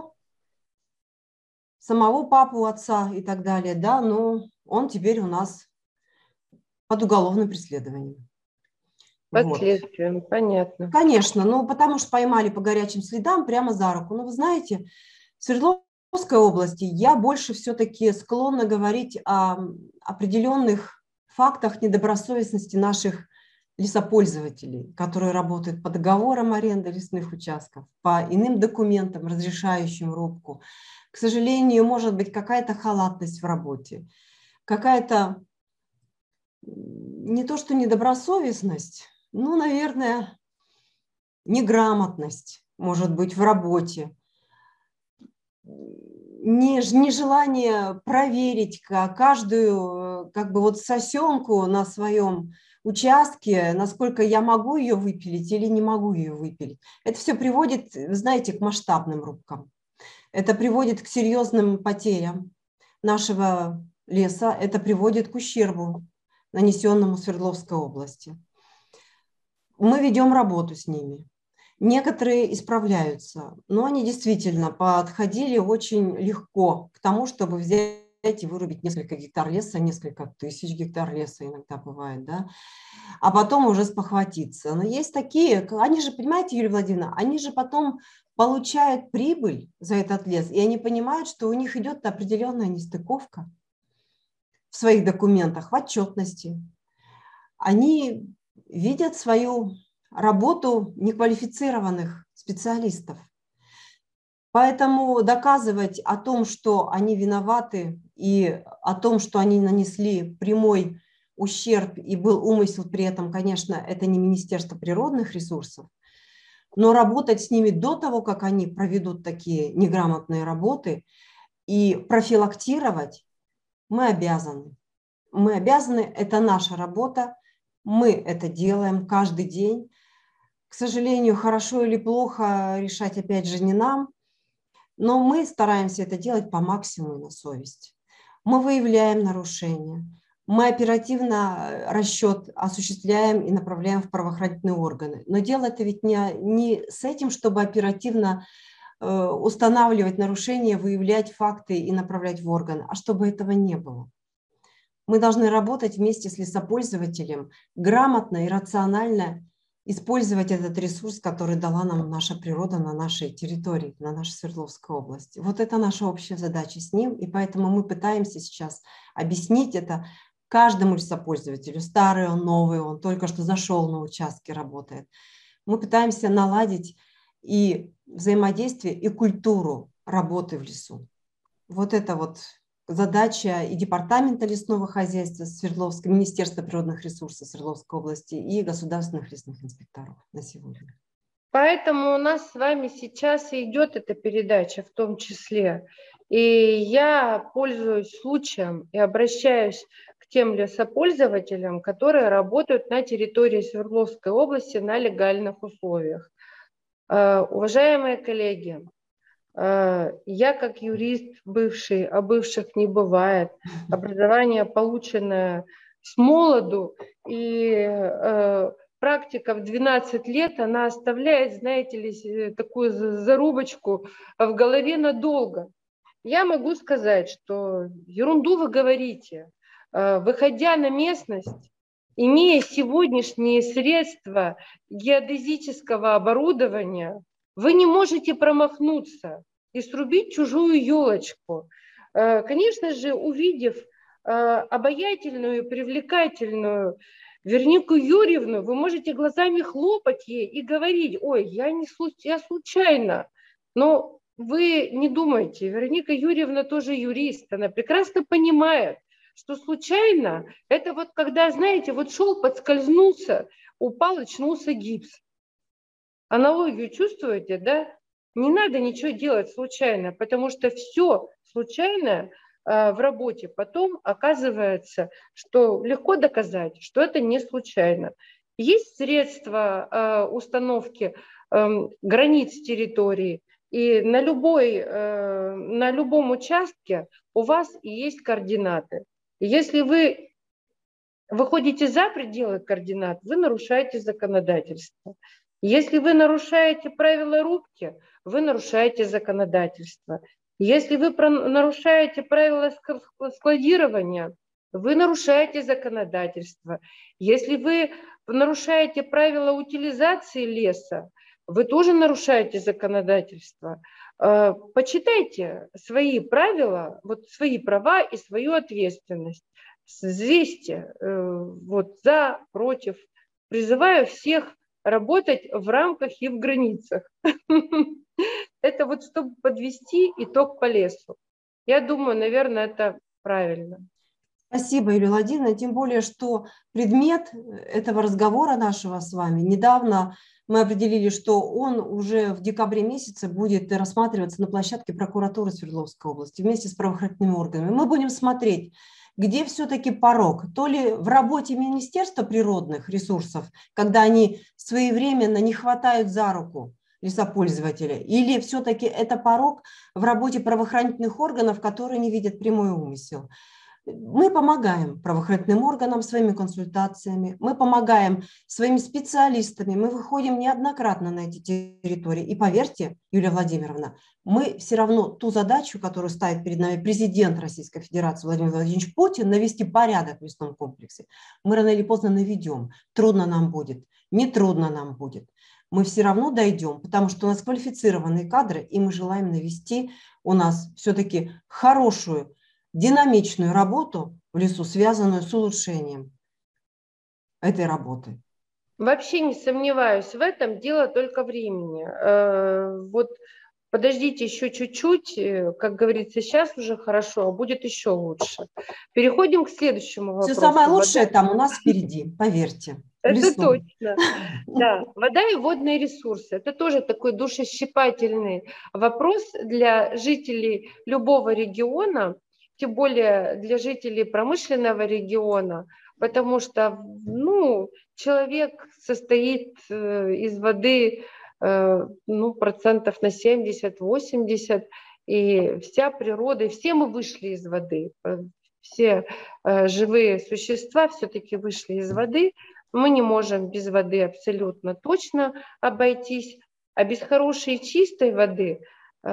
самого папу, отца и так далее, да, но он теперь у нас под уголовным преследованием. Вот. Последствиям, понятно. Конечно, ну потому что поймали по горячим следам прямо за руку. Но вы знаете, в Свердловской области я больше все-таки склонна говорить о определенных фактах недобросовестности наших лесопользователей, которые работают по договорам аренды лесных участков, по иным документам, разрешающим рубку. К сожалению, может быть какая-то халатность в работе, какая-то не то что недобросовестность, ну, наверное, неграмотность, может быть, в работе, нежелание проверить каждую как бы вот сосенку на своем участке, насколько я могу ее выпилить или не могу ее выпилить. Это все приводит, вы знаете, к масштабным рубкам. Это приводит к серьезным потерям нашего леса, это приводит к ущербу, нанесенному Свердловской области. Мы ведем работу с ними. Некоторые исправляются, но они действительно подходили очень легко к тому, чтобы взять и вырубить несколько гектар леса, несколько тысяч гектар леса иногда бывает, да, а потом уже спохватиться. Но есть такие, они же, понимаете, Юлия Владимировна, они же потом получают прибыль за этот лес, и они понимают, что у них идет определенная нестыковка в своих документах, в отчетности. Они видят свою работу неквалифицированных специалистов. Поэтому доказывать о том, что они виноваты, и о том, что они нанесли прямой ущерб и был умысел при этом, конечно, это не Министерство природных ресурсов, но работать с ними до того, как они проведут такие неграмотные работы, и профилактировать мы обязаны. Мы обязаны, это наша работа, мы это делаем каждый день. К сожалению, хорошо или плохо решать, опять же, не нам, но мы стараемся это делать по максимуму на совесть. Мы выявляем нарушения, мы оперативно расчет осуществляем и направляем в правоохранительные органы. Но дело это ведь не с этим, чтобы оперативно устанавливать нарушения, выявлять факты и направлять в органы, а чтобы этого не было. Мы должны работать вместе с лесопользователем, грамотно и рационально использовать этот ресурс, который дала нам наша природа на нашей территории, на нашей Свердловской области. Вот это наша общая задача с ним, и поэтому мы пытаемся сейчас объяснить это каждому лесопользователю. Старый он, новый он, только что зашел на участке, работает. Мы пытаемся наладить и взаимодействие, и культуру работы в лесу. Вот это вот задача и Департамента лесного хозяйства Свердловского, Министерства природных ресурсов Свердловской области и государственных лесных инспекторов на сегодня. Поэтому у нас с вами сейчас и идет эта передача в том числе. И я пользуюсь случаем и обращаюсь к тем лесопользователям, которые работают на территории Свердловской области на легальных условиях. Уважаемые коллеги, я как юрист бывший, а бывших не бывает, образование полученное с молоду и практика в 12 лет, она оставляет, знаете ли, такую зарубочку в голове надолго. Я могу сказать, что ерунду вы говорите, выходя на местность, имея сегодняшние средства геодезического оборудования, вы не можете промахнуться и срубить чужую елочку. Конечно же, увидев обаятельную, привлекательную Вернику Юрьевну, вы можете глазами хлопать ей и говорить: ой, я случайно. Но вы не думайте, Верника Юрьевна тоже юрист, она прекрасно понимает, что случайно это вот когда, знаете, вот шел, подскользнулся, упал, очнулся гипс. Аналогию чувствуете, да? Не надо ничего делать случайно, потому что все случайное в работе потом оказывается, что легко доказать, что это не случайно. Есть средства установки границ территории, и на любом участке у вас есть координаты. Если вы выходите за пределы координат, вы нарушаете законодательство. Если вы нарушаете правила рубки, вы нарушаете законодательство. Если вы нарушаете правила складирования, вы нарушаете законодательство. Если вы нарушаете правила утилизации леса, вы тоже нарушаете законодательство. Почитайте свои правила, вот свои права и свою ответственность. Взвесьте вот за, против. Призываю всех работать в рамках и в границах. Это вот чтобы подвести итог по лесу. Я думаю, наверное, это правильно. Спасибо, Юлия Владимировна. Тем более, что предмет этого разговора нашего с вами недавно мы определили, что он уже в декабре месяце будет рассматриваться на площадке прокуратуры Свердловской области вместе с правоохранительными органами. Мы будем смотреть, где все-таки порог, то ли в работе Министерства природных ресурсов, когда они своевременно не хватают за руку лесопользователя, или все-таки это порог в работе правоохранительных органов, которые не видят прямой умысел. Мы помогаем правоохранительным органам своими консультациями, мы помогаем своими специалистами, мы выходим неоднократно на эти территории. И поверьте, Юлия Владимировна, мы все равно ту задачу, которую ставит перед нами президент Российской Федерации Владимир Владимирович Путин, навести порядок в лесном комплексе, мы рано или поздно наведем. Трудно нам будет, не трудно нам будет. Мы все равно дойдем, потому что у нас квалифицированные кадры, и мы желаем навести у нас все-таки хорошую, динамичную работу в лесу, связанную с улучшением этой работы. Вообще не сомневаюсь в этом, дело только времени. Вот подождите еще чуть-чуть, как говорится, сейчас уже хорошо, а будет еще лучше. Переходим к следующему вопросу. Все самое лучшее там у нас впереди, поверьте. Это точно. Да, вода и водные ресурсы. Это тоже такой душещипательный вопрос для жителей любого региона, тем более для жителей промышленного региона, потому что человек состоит из воды процентов на 70-80, и вся природа, и все мы вышли из воды, все живые существа все-таки вышли из воды. Мы не можем без воды абсолютно точно обойтись, а без хорошей и чистой воды,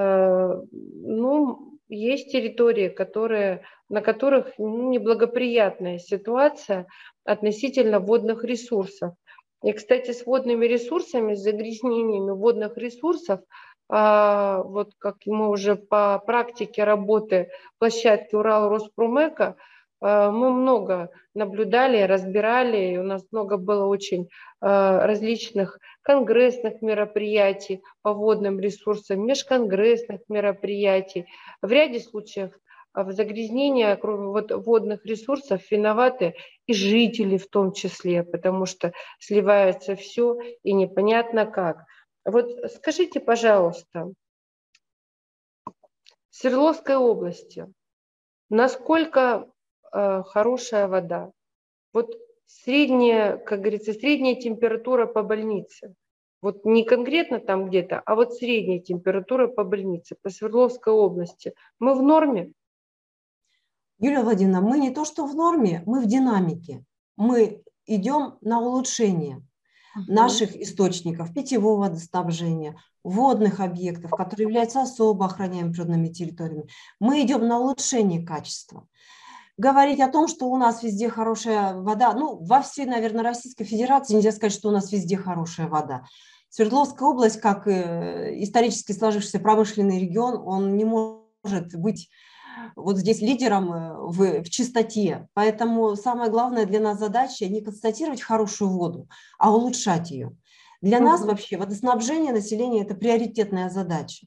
есть территории, на которых неблагоприятная ситуация относительно водных ресурсов. И, кстати, с водными ресурсами, с загрязнениями водных ресурсов, вот как мы уже по практике работы площадки Урал-Роспромека, мы много наблюдали, разбирали, и у нас много было очень различных конгрессных мероприятий по водным ресурсам, межконгрессных мероприятий. В ряде случаев в загрязнении вот, водных ресурсов виноваты и жители в том числе, потому что сливается все и непонятно как. Вот скажите, пожалуйста, в Свердловской области насколько хорошая вода? Вот средняя, как говорится, средняя температура по больнице. Вот не конкретно там где-то, а вот средняя температура по больнице, по Свердловской области. Мы в норме? Юлия Владимировна, мы не то что в норме, мы в динамике. Мы идем на улучшение Мгм. наших источников питьевого водоснабжения, водных объектов, которые являются особо охраняемыми природными территориями. Мы идем на улучшение качества. Говорить о том, что у нас везде хорошая вода, ну, во всей, наверное, Российской Федерации нельзя сказать, что у нас везде хорошая вода. Свердловская область, как исторически сложившийся промышленный регион, он не может быть вот здесь лидером в чистоте. Поэтому самая главная для нас задача не констатировать хорошую воду, а улучшать ее. Для нас Мгм. вообще водоснабжение населения – это приоритетная задача.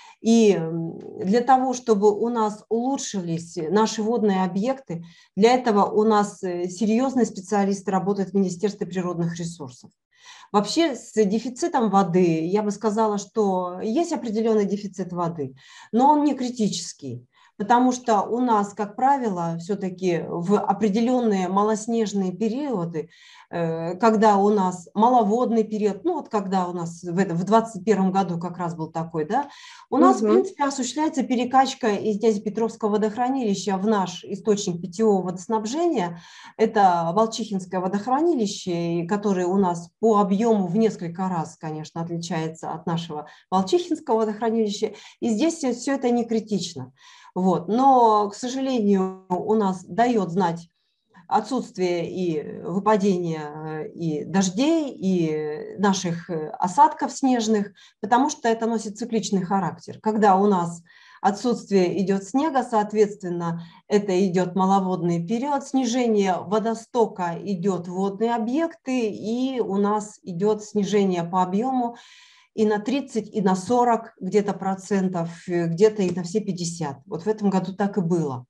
И для того, чтобы у нас улучшились наши водные объекты, для этого у нас серьезные специалисты работают в Министерстве природных ресурсов. Вообще с дефицитом воды, я бы сказала, что есть определенный дефицит воды, но он не критический. Потому что у нас, как правило, все-таки в определенные малоснежные периоды, когда у нас маловодный период, ну вот когда у нас в 2021 году как раз был такой, да, у нас, в Мгм. принципе, осуществляется перекачка из Дядепетровского водохранилища в наш источник питьевого водоснабжения. Это Волчихинское водохранилище, которое у нас по объему в несколько раз, конечно, отличается от нашего Волчихинского водохранилища. И здесь все это не критично. Вот. Но, к сожалению, у нас дает знать отсутствие и выпадения и дождей, и наших осадков снежных, потому что это носит цикличный характер. Когда у нас отсутствие идет снега, соответственно, это идет маловодный период, снижение водостока идет в водные объекты, и у нас идет снижение по объему и на 30, и на 40 где-то процентов, где-то и на все 50. Вот в этом году так и было.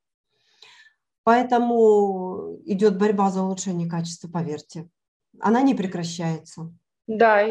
Поэтому идет борьба за улучшение качества, поверьте. Она не прекращается. Да,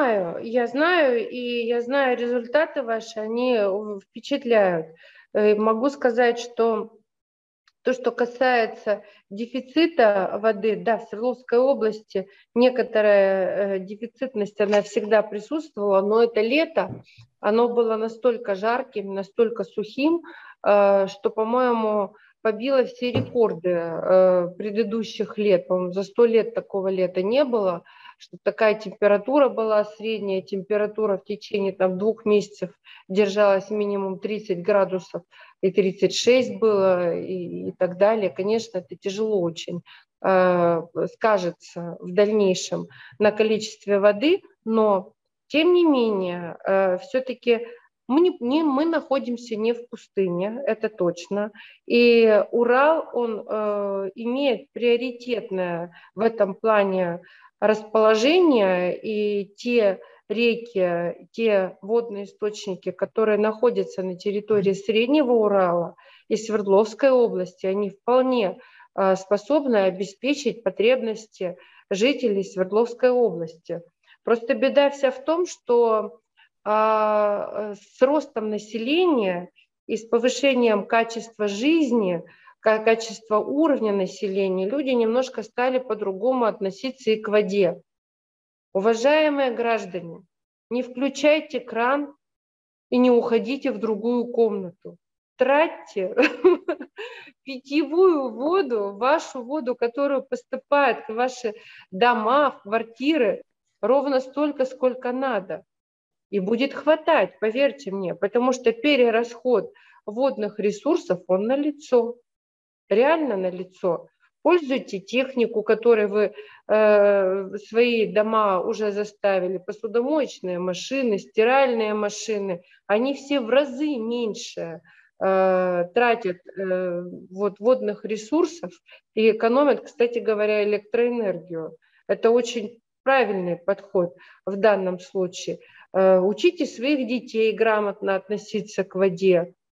я знаю результаты ваши, они впечатляют. Могу сказать, что то, что касается дефицита воды, да, в Свердловской области некоторая дефицитность, она всегда присутствовала, но это лето, оно было настолько жарким, настолько сухим, что, по-моему, побило все рекорды предыдущих лет. По-моему, за 100 лет такого лета не было, что такая температура была, средняя температура в течение там, 2 месяцев держалась минимум 30 градусов и 36 было, и так далее. Конечно, это тяжело очень скажется в дальнейшем на количестве воды, но тем не менее, все-таки мы находимся не в пустыне, это точно. И Урал, он имеет приоритетное в этом плане расположение, и те реки, те водные источники, которые находятся на территории Среднего Урала и Свердловской области, они вполне способны обеспечить потребности жителей Свердловской области. Просто беда вся в том, что с ростом населения и с повышением качества жизни, качества уровня населения, люди немножко стали по-другому относиться и к воде. Уважаемые граждане, не включайте кран и не уходите в другую комнату. Тратьте питьевую воду, вашу воду, которая поступает в ваши дома, в квартиры, ровно столько, сколько надо. И будет хватать, поверьте мне, потому что перерасход водных ресурсов, он налицо, реально налицо. Пользуйте технику, которой вы свои дома уже заставили, посудомоечные машины, стиральные машины, они все в разы меньше тратят вот, водных ресурсов и экономят, кстати говоря, электроэнергию. Это очень правильный подход в данном случае. Учите своих детей грамотно относиться к воде.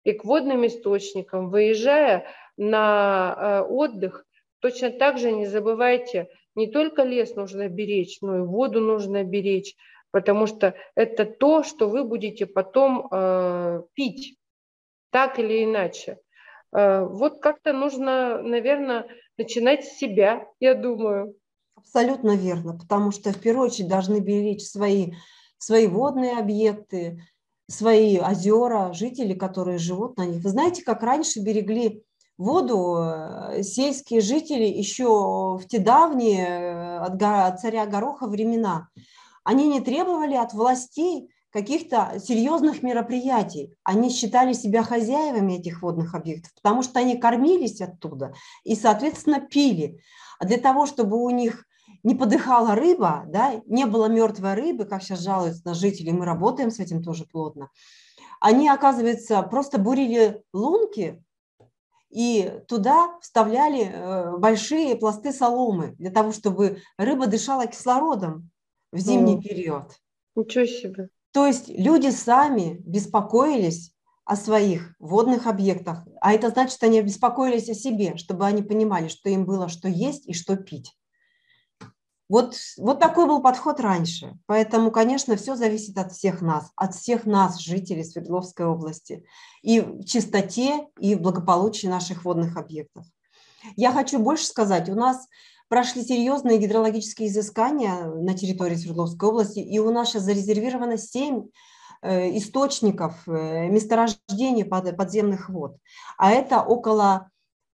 и к водным источникам, выезжая на отдых, точно так же не забывайте, не только лес нужно беречь, но и воду нужно беречь, потому что это то, что вы будете потом пить, так или иначе. Вот как-то нужно, наверное, начинать с себя, я думаю. Абсолютно верно, потому что в первую очередь должны беречь свои водные объекты, свои озера, жители, которые живут на них. Вы знаете, как раньше берегли воду сельские жители еще в те давние от царя Гороха времена? Они не требовали от властей каких-то серьезных мероприятий. Они считали себя хозяевами этих водных объектов, потому что они кормились оттуда и, соответственно, пили. А для того, чтобы у них не подыхала рыба, да, не было мертвой рыбы, как сейчас жалуются на жители, мы работаем с этим тоже плотно, они, оказывается, просто бурили лунки и туда вставляли большие пласты соломы для того, чтобы рыба дышала кислородом в зимний период. Ничего себе. То есть люди сами беспокоились о своих водных объектах, а это значит, что они беспокоились о себе, чтобы они понимали, что им было что есть и что пить. Вот такой был подход раньше. Поэтому, конечно, все зависит от всех нас, жителей Свердловской области, и в чистоте, и в благополучии наших водных объектов. Я хочу больше сказать, у нас прошли серьезные гидрологические изыскания на территории Свердловской области, и у нас сейчас зарезервировано 7 источников, месторождений подземных вод, а это около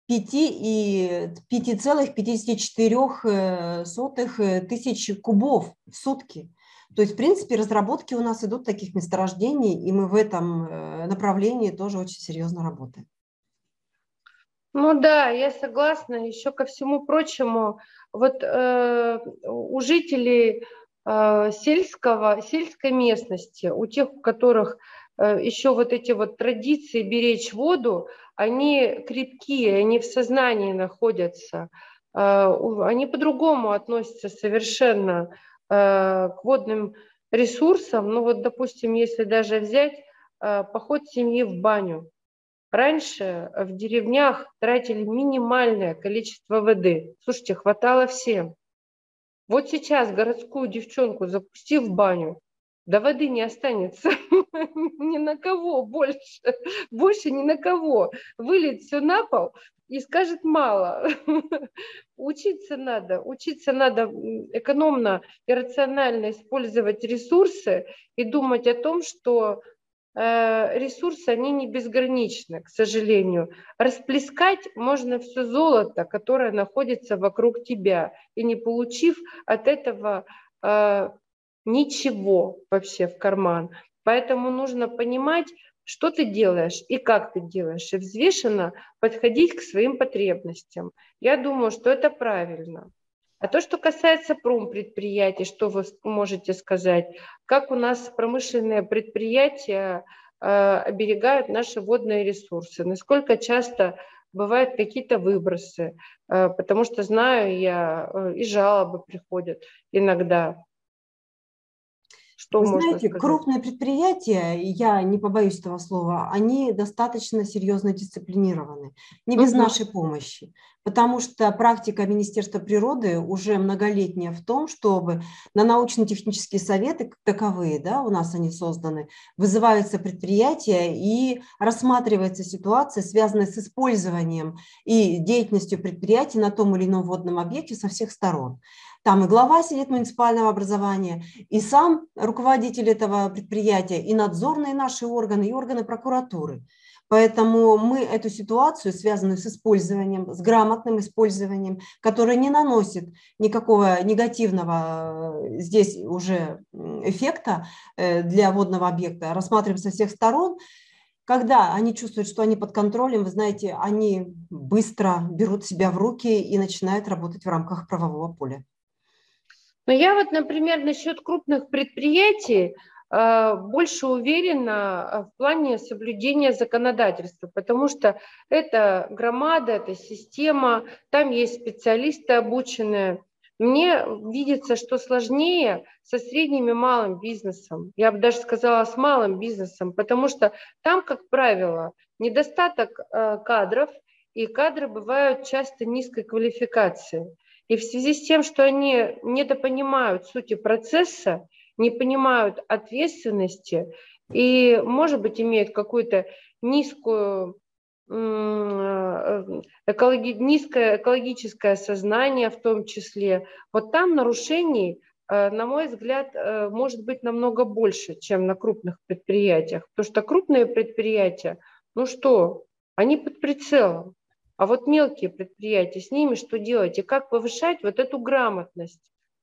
5,54 тысяч кубов в сутки. То есть, в принципе, разработки у нас идут таких месторождений, и мы в этом направлении тоже очень серьезно работаем. Ну да, я согласна. Еще ко всему прочему, вот у жителей сельской местности, у тех, у которых еще вот эти вот традиции беречь воду, они крепкие, они в сознании находятся, они по-другому относятся совершенно к водным ресурсам. Ну вот, допустим, если даже взять поход семьи в баню. Раньше в деревнях тратили минимальное количество воды. Слушайте, хватало всем. Вот сейчас городскую девчонку запусти в баню, да воды не останется ни на кого больше. Больше ни на кого. Выльет все на пол и скажет мало. Учиться надо экономно и рационально использовать ресурсы и думать о том, что ресурсы, они не безграничны, к сожалению. Расплескать можно все золото, которое находится вокруг тебя, и не получив от этого ничего вообще в карман. Поэтому нужно понимать, что ты делаешь и как ты делаешь, и взвешенно подходить к своим потребностям. Я думаю, что это правильно. А то, что касается промпредприятий, что вы можете сказать? Как у нас промышленные предприятия оберегают наши водные ресурсы? Насколько часто бывают какие-то выбросы? Потому что знаю я, и жалобы приходят иногда. Что Вы можно знаете, сказать? крупные предприятия, я не побоюсь этого слова, они достаточно серьезно дисциплинированы, не без нашей помощи, потому что практика Министерства природы уже многолетняя в том, чтобы на научно-технические советы, как таковые, да, у нас они созданы, вызываются предприятия и рассматривается ситуация, связанная с использованием и деятельностью предприятий на том или ином водном объекте со всех сторон. Там и глава сидит муниципального образования, и сам руководитель этого предприятия, и надзорные наши органы, и органы прокуратуры. Поэтому мы эту ситуацию, связанную с использованием, с грамотным использованием, которое не наносит никакого негативного здесь уже эффекта для водного объекта, рассматриваем со всех сторон. Когда они чувствуют, что они под контролем, вы знаете, они быстро берут себя в руки и начинают работать в рамках правового поля. Но я вот, например, насчет крупных предприятий больше уверена в плане соблюдения законодательства, потому что это громада, это система, там есть специалисты обученные. Мне видится, что сложнее со средним и малым бизнесом. Я бы даже сказала, с малым бизнесом, потому что там, как правило, недостаток кадров, и кадры бывают часто низкой квалификации. И в связи с тем, что они недопонимают сути процесса, не понимают ответственности и, может быть, имеют какую-то низкое экологическое сознание в том числе, вот там нарушений, на мой взгляд, может быть намного больше, чем на крупных предприятиях. Потому что крупные предприятия, ну что, они под прицелом. А вот мелкие предприятия, с ними что делать? И как повышать вот эту грамотность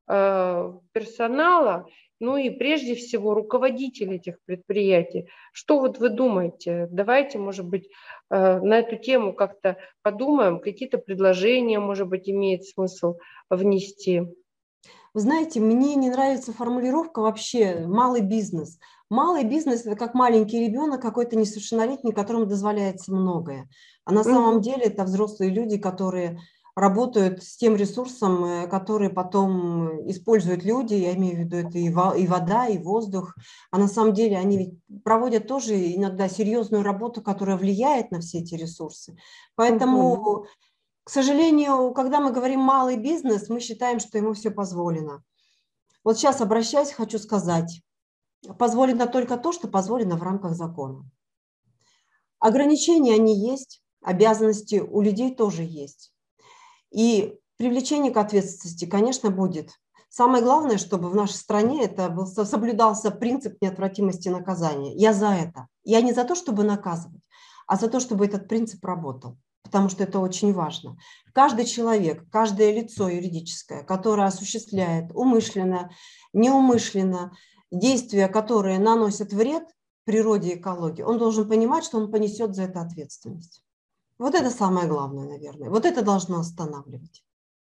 персонала, ну и прежде всего руководителей этих предприятий. Что вот вы думаете? Давайте, может быть, на эту тему как-то подумаем, какие-то предложения, может быть, имеет смысл внести. Вы знаете, мне не нравится формулировка вообще «малый бизнес». Малый бизнес – это как маленький ребенок, какой-то несовершеннолетний, которому дозволяется многое. А на самом деле это взрослые люди, которые работают с тем ресурсом, который потом используют люди, я имею в виду это и вода, и воздух. А на самом деле они ведь проводят тоже иногда серьезную работу, которая влияет на все эти ресурсы. Поэтому… К сожалению, когда мы говорим «малый бизнес», мы считаем, что ему все позволено. Вот сейчас, обращаясь, хочу сказать, позволено только то, что позволено в рамках закона. Ограничения, они есть, обязанности у людей тоже есть. И привлечение к ответственности, конечно, будет. Самое главное, чтобы в нашей стране соблюдался принцип неотвратимости наказания. Я за это. Я не за то, чтобы наказывать, а за то, чтобы этот принцип работал. Потому что это очень важно. Каждый человек, каждое лицо юридическое, которое осуществляет умышленно, неумышленно действия, которые наносят вред природе и экологии, он должен понимать, что он понесет за это ответственность. Вот это самое главное, наверное. Вот это должно останавливать.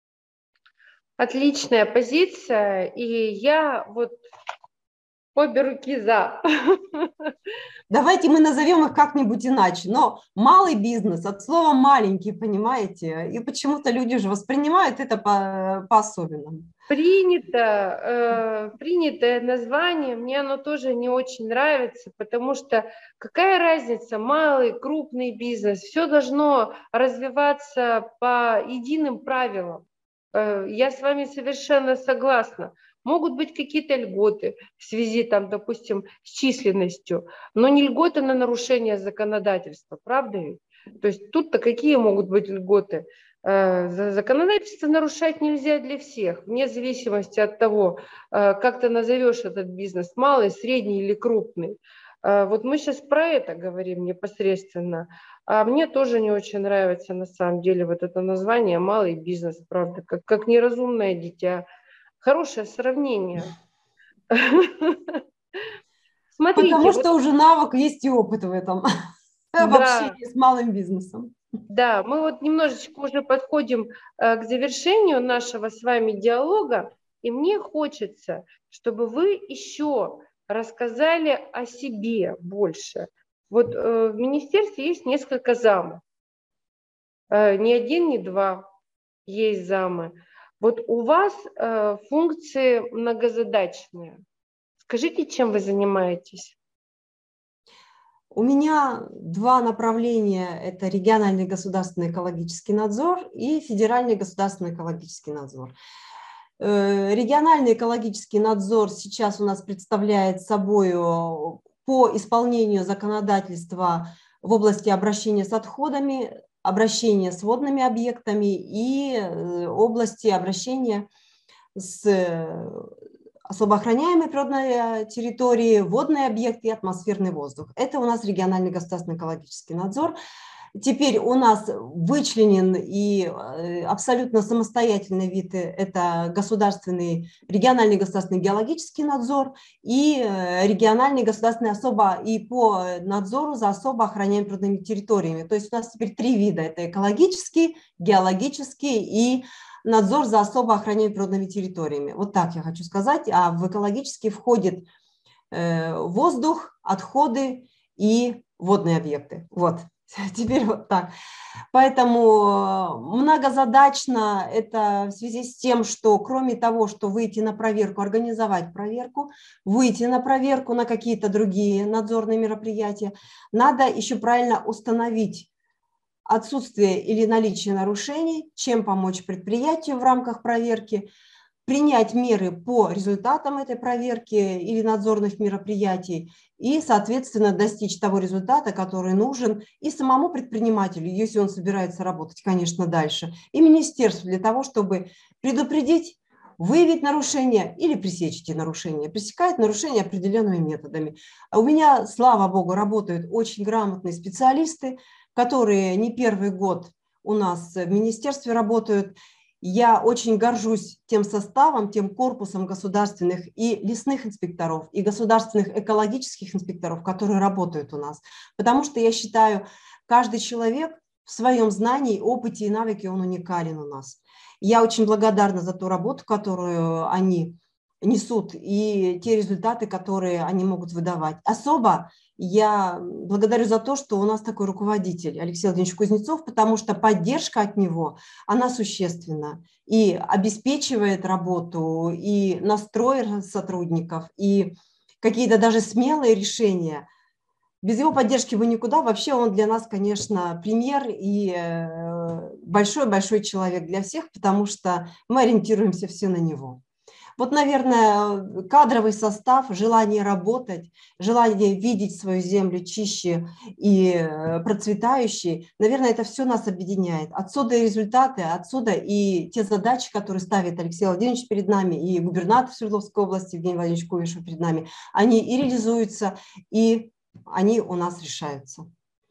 Отличная позиция, и я вот обе руки за. Давайте мы назовем их как-нибудь иначе, но малый бизнес от слова маленький, понимаете, и почему-то люди же воспринимают это по-особенному. Принятое название, мне оно тоже не очень нравится, потому что какая разница, малый, крупный бизнес, все должно развиваться по единым правилам. Я с вами совершенно согласна. Могут быть какие-то льготы в связи, там, допустим, с численностью, но не льготы на нарушение законодательства, правда ведь? То есть тут-то какие могут быть льготы? Законодательство нарушать нельзя для всех, вне зависимости от того, как ты назовешь этот бизнес, малый, средний или крупный. Вот мы сейчас про это говорим непосредственно. А мне тоже не очень нравится на самом деле вот это название «малый бизнес», правда, как неразумное дитя. Хорошее сравнение. Смотрите, Потому вот, что уже навык есть и опыт в этом, в да, общении с малым бизнесом. да, мы вот немножечко уже подходим к завершению нашего с вами диалога, и мне хочется, чтобы вы еще рассказали о себе больше. Вот в министерстве есть несколько замов, ни один, ни два есть замы. Вот у вас функции многозадачные. Скажите, чем вы занимаетесь? У меня два направления – это региональный государственный экологический надзор и федеральный государственный экологический надзор. Региональный экологический надзор сейчас у нас представляет собой по исполнению законодательства в области обращения с отходами, обращения с водными объектами и области обращения с особо охраняемой природной территории, водные объекты и атмосферный воздух. Это у нас региональный государственный экологический надзор. Теперь у нас вычленен и абсолютно самостоятельный вид – это региональный государственный геологический надзор и региональный государственный и по надзору за особо охраняемыми природными территориями. То есть у нас теперь три вида – это экологический, геологический и надзор за особо охраняемыми природными территориями. Вот так я хочу сказать. А в экологический входит воздух, отходы и водные объекты. Вот. Теперь вот так. Поэтому многозадачно это в связи с тем, что кроме того, что выйти на проверку, организовать проверку, выйти на проверку на какие-то другие надзорные мероприятия, надо еще правильно установить отсутствие или наличие нарушений, чем помочь предприятию в рамках проверки, принять меры по результатам этой проверки или надзорных мероприятий и, соответственно, достичь того результата, который нужен и самому предпринимателю, если он собирается работать, конечно, дальше, и министерству для того, чтобы предупредить, выявить нарушения или пресечь эти нарушения. Пресекают нарушения определенными методами. А у меня, слава богу, работают очень грамотные специалисты, которые не первый год у нас в министерстве работают. Я очень горжусь тем составом, тем корпусом государственных и лесных инспекторов, и государственных экологических инспекторов, которые работают у нас. Потому что я считаю, каждый человек в своем знании, опыте и навыке, он уникален у нас. Я очень благодарна за ту работу, которую они несут, и те результаты, которые они могут выдавать. Особо я благодарю за то, что у нас такой руководитель Алексей Владимирович Кузнецов, потому что поддержка от него, она существенна и обеспечивает работу, и настрой сотрудников, и какие-то даже смелые решения. Без его поддержки вы никуда. Вообще он для нас, конечно, пример и большой-большой человек для всех, потому что мы ориентируемся все на него. Вот, наверное, кадровый состав, желание работать, желание видеть свою землю чище и процветающей, наверное, это все нас объединяет. Отсюда и результаты, отсюда и те задачи, которые ставит Алексей Владимирович перед нами, и губернатор Свердловской области Евгений Владимирович Куйвашев перед нами, они и реализуются, и они у нас решаются.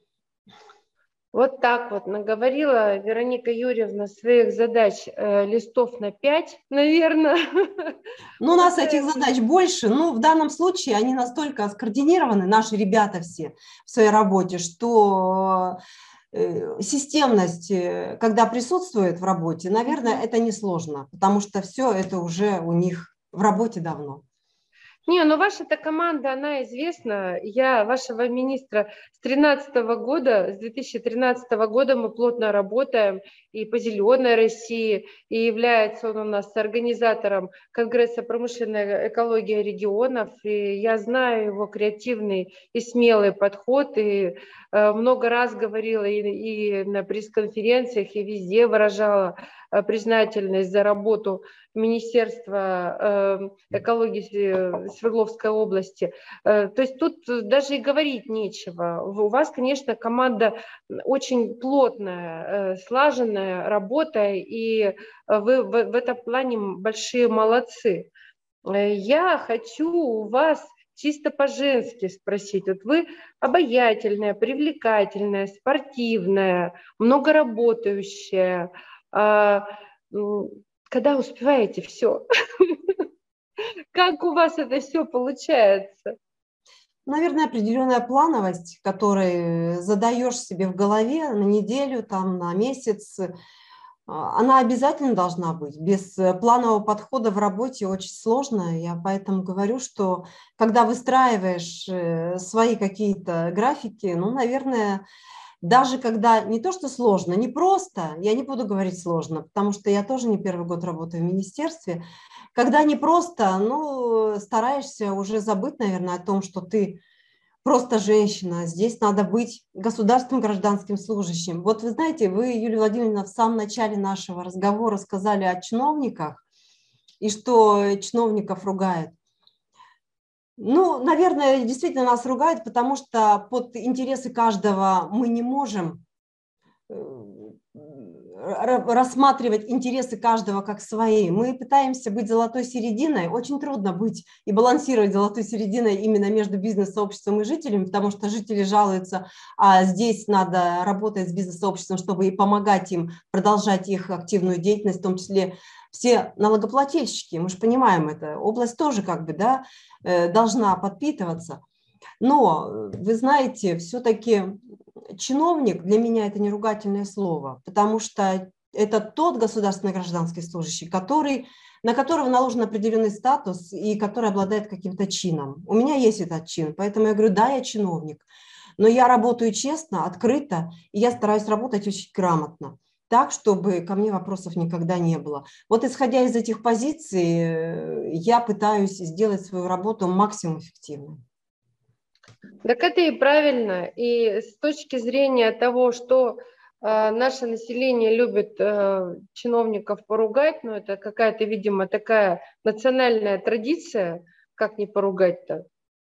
Вот так вот наговорила Вероника Юрьевна своих задач листов на 5, наверное. Ну, у нас этих задач больше, но в данном случае они настолько скоординированы, наши ребята все в своей работе, что системность, когда присутствует в работе, наверное, это несложно, потому что все это уже у них в работе давно. Не, ну ваша-то команда, она известна. Я вашего министра с 2013 года, с 2013 года мы плотно работаем и по «Зеленой России», и является он у нас организатором Конгресса промышленной экологии регионов. И я знаю его креативный и смелый подход, и много раз говорила и на пресс-конференциях, и везде выражала признательность за работу Министерства экологии Свердловской области. То есть тут даже и говорить нечего. У вас, конечно, команда очень плотная, слаженная работа, и вы в этом плане большие молодцы. Я хочу у вас чисто по-женски спросить. Вот вы обаятельная, привлекательная, спортивная, многоработающая. Когда успеваете все? Как у вас это все получается? Наверное, определенная плановость, которую задаешь себе в голове на неделю, там, на месяц, она обязательно должна быть. Без планового подхода в работе очень сложно. Я поэтому говорю, что когда выстраиваешь свои какие-то графики, ну, наверное, даже когда не то, что сложно, не просто, я не буду говорить сложно, потому что я тоже не первый год работаю в министерстве, когда не просто, ну, стараешься уже забыть, наверное, о том, что ты просто женщина, здесь надо быть государственным гражданским служащим. Вот вы знаете, вы, Юлия Владимировна, в самом начале нашего разговора сказали о чиновниках и что чиновников ругают. Ну, наверное, действительно нас ругают, потому что под интересы каждого мы не можем рассматривать интересы каждого как свои. Мы пытаемся быть золотой серединой. Очень трудно быть и балансировать золотой серединой именно между бизнес-сообществом и жителями, потому что жители жалуются, а здесь надо работать с бизнес-сообществом, чтобы и помогать им продолжать их активную деятельность, в том числе все налогоплательщики. Мы же понимаем это. Область тоже как бы, да, должна подпитываться. Но, вы знаете, все-таки чиновник, для меня это не ругательное слово, потому что это тот государственный гражданский служащий, на которого наложен определенный статус и который обладает каким-то чином. У меня есть этот чин, поэтому я говорю, да, я чиновник. Но я работаю честно, открыто, и я стараюсь работать очень грамотно, так, чтобы ко мне вопросов никогда не было. Вот исходя из этих позиций, я пытаюсь сделать свою работу максимум эффективной. Так это и правильно. И с точки зрения того, что наше население любит чиновников поругать, но это какая-то, видимо, такая национальная традиция, как не поругать-то.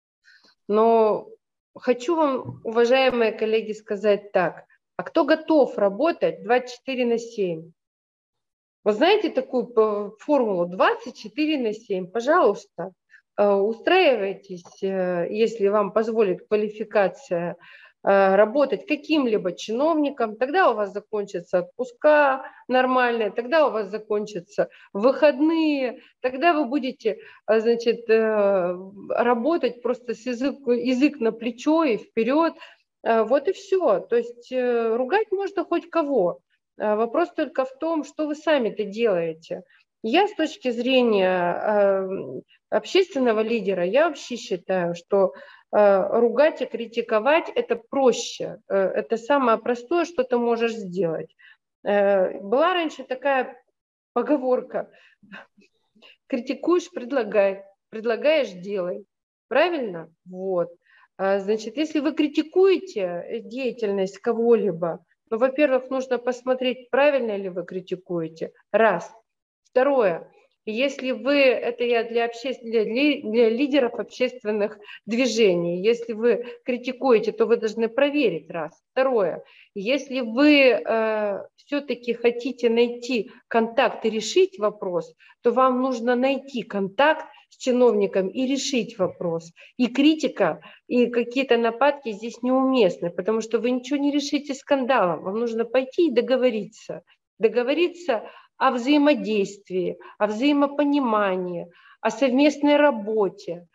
Но хочу вам, уважаемые коллеги, сказать так. А кто готов работать 24/7? Вы знаете такую формулу 24/7? Пожалуйста, устраивайтесь, если вам позволит квалификация, работать каким-либо чиновником, тогда у вас закончатся отпуска нормальные, тогда у вас закончатся выходные, тогда вы будете, значит, работать просто с язык на плечо и вперед. Вот и все. То есть ругать можно хоть кого. Вопрос только в том, что вы сами-то делаете. Я с точки зрения общественного лидера, я вообще считаю, что ругать и критиковать – это проще. Это самое простое, что ты можешь сделать. Была раньше такая поговорка: критикуешь – предлагай, предлагаешь – делай. Правильно? Вот. Значит, если вы критикуете деятельность кого-либо, ну, во-первых, нужно посмотреть, правильно ли вы критикуете. Раз. Второе. Если вы, это я для лидеров общественных движений, если вы критикуете, то вы должны проверить. Раз. Второе. Если вы все-таки хотите найти контакт и решить вопрос, то вам нужно найти контакт с чиновником и решить вопрос. И критика, и какие-то нападки здесь неуместны, потому что вы ничего не решите скандалом. Вам нужно пойти и договориться. Договориться о взаимодействии, о взаимопонимании, о совместной работе,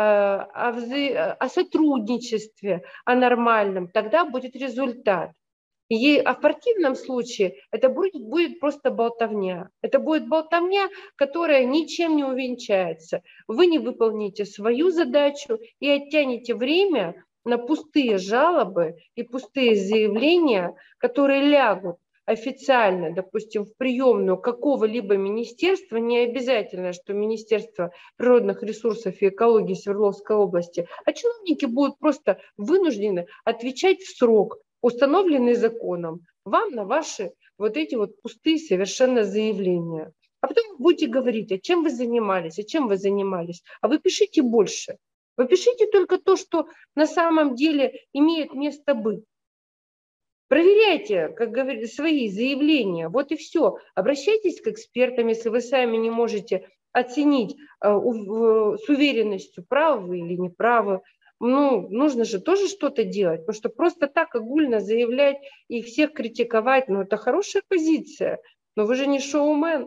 о сотрудничестве, о нормальном. Тогда будет результат. А в противном случае это будет просто болтовня. Это будет болтовня, которая ничем не увенчается. Вы не выполните свою задачу и оттянете время на пустые жалобы и пустые заявления, которые лягут официально, допустим, в приемную какого-либо министерства, не обязательно, что Министерство природных ресурсов и экологии Свердловской области, а чиновники будут просто вынуждены отвечать в срок, установленный законом, вам на ваши вот эти вот пустые совершенно заявления. А потом вы будете говорить, а чем вы занимались, а вы пишите больше. Вы пишите только то, что на самом деле имеет место быть. Проверяйте, как говорят, свои заявления, вот и все. Обращайтесь к экспертам, если вы сами не можете оценить с уверенностью, правы вы или неправы. Ну, нужно же тоже что-то делать, потому что просто так огульно заявлять и всех критиковать, ну, это хорошая позиция, но вы же не шоумен.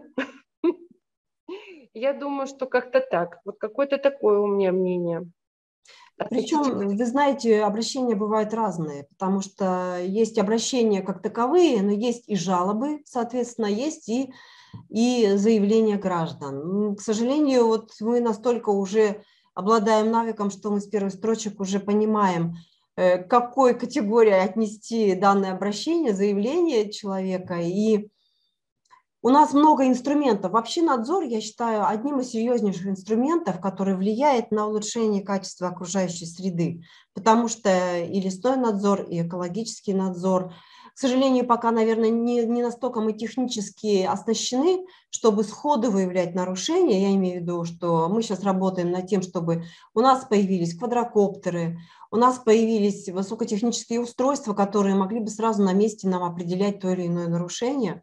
Я думаю, что как-то так. Вот какое-то такое у меня мнение. Причем, вы знаете, обращения бывают разные, потому что есть обращения как таковые, но есть и жалобы, соответственно, есть и заявления граждан. К сожалению, вот мы настолько уже обладаем навыком, что мы с первых строчек уже понимаем, к какой категории отнести данное обращение, заявление человека. И у нас много инструментов. Вообще надзор, я считаю, одним из серьезнейших инструментов, который влияет на улучшение качества окружающей среды, потому что и лесной надзор, и экологический надзор, к сожалению, пока, наверное, не настолько мы технически оснащены, чтобы сходу выявлять нарушения. Я имею в виду, что мы сейчас работаем над тем, чтобы у нас появились квадрокоптеры, у нас появились высокотехнические устройства, которые могли бы сразу на месте нам определять то или иное нарушение.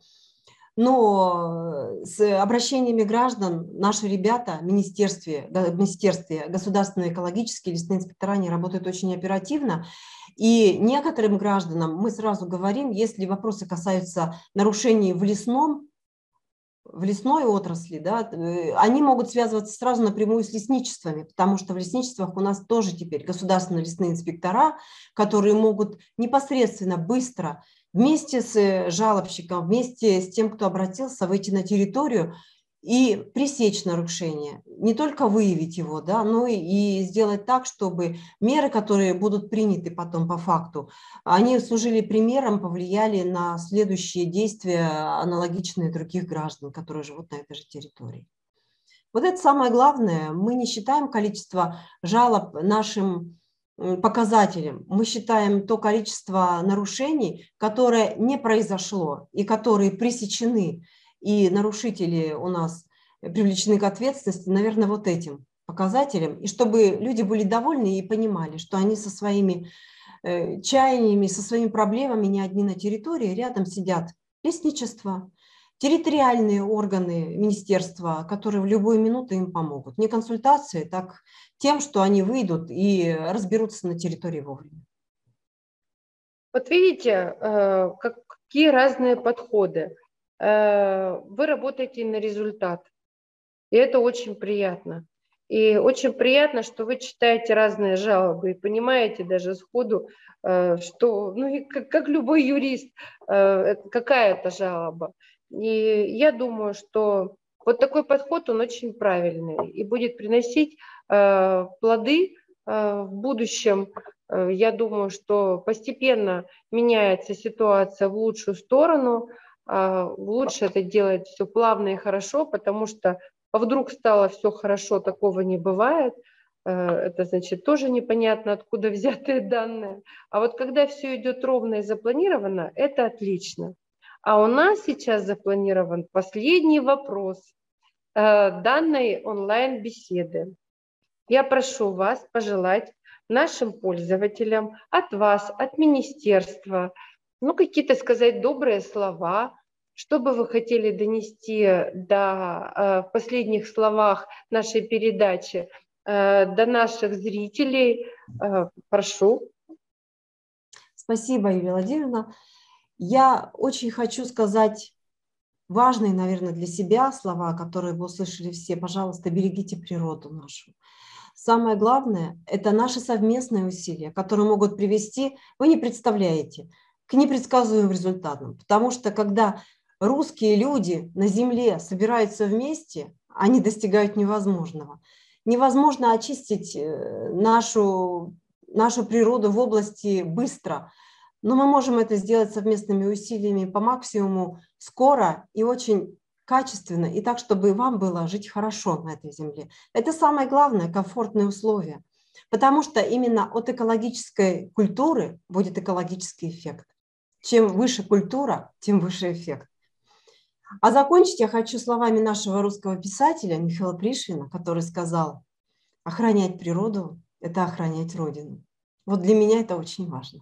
Но с обращениями граждан наши ребята в министерстве государственные экологические лесные инспектора, они работают очень оперативно. И некоторым гражданам мы сразу говорим, если вопросы касаются нарушений в лесной отрасли, да, они могут связываться сразу напрямую с лесничествами, потому что в лесничествах у нас тоже теперь государственные лесные инспектора, которые могут непосредственно быстро вместе с жалобщиком, вместе с тем, кто обратился, выйти на территорию и пресечь нарушение, не только выявить его, да, но и сделать так, чтобы меры, которые будут приняты потом по факту, они служили примером, повлияли на следующие действия, аналогичные других граждан, которые живут на этой же территории. Вот это самое главное. Мы не считаем количество жалоб нашим показателем. Мы считаем то количество нарушений, которое не произошло и которые пресечены, и нарушители у нас привлечены к ответственности, наверное, вот этим показателем. И чтобы люди были довольны и понимали, что они со своими чаяниями, со своими проблемами не одни на территории, рядом сидят лесничество, территориальные органы министерства, которые в любую минуту им помогут. Не консультации, так тем, что они выйдут и разберутся на территории вовремя. Вот видите, какие разные подходы. Вы работаете на результат, и это очень приятно. И очень приятно, что вы читаете разные жалобы и понимаете даже сходу, что, ну, и как любой юрист, какая это жалоба. И я думаю, что вот такой подход, он очень правильный и будет приносить плоды в будущем. Я думаю, что постепенно меняется ситуация в лучшую сторону. Лучше это делать все плавно и хорошо, потому что вдруг стало все хорошо, такого не бывает. Это значит тоже непонятно, откуда взятые данные. А вот когда все идет ровно и запланировано, это отлично. А у нас сейчас запланирован последний вопрос данной онлайн-беседы. Я прошу вас пожелать нашим пользователям от вас, от министерства, ну, какие-то сказать добрые слова, что бы вы хотели донести в последних словах нашей передачи до наших зрителей. Прошу. Спасибо, Юлия Владимировна. Я очень хочу сказать важные, наверное, для себя слова, которые вы услышали все. Пожалуйста, берегите природу нашу. Самое главное – это наши совместные усилия, которые могут привести, вы не представляете, к непредсказуемым результатам. Потому что когда русские люди на земле собираются вместе, они достигают невозможного. Невозможно очистить нашу природу в области быстро, но мы можем это сделать совместными усилиями по максимуму, скоро и очень качественно, и так, чтобы вам было жить хорошо на этой земле. Это самое главное, комфортные условия. Потому что именно от экологической культуры будет экологический эффект. Чем выше культура, тем выше эффект. А закончить я хочу словами нашего русского писателя Михаила Пришвина, который сказал: охранять природу – это охранять Родину. Вот для меня это очень важно.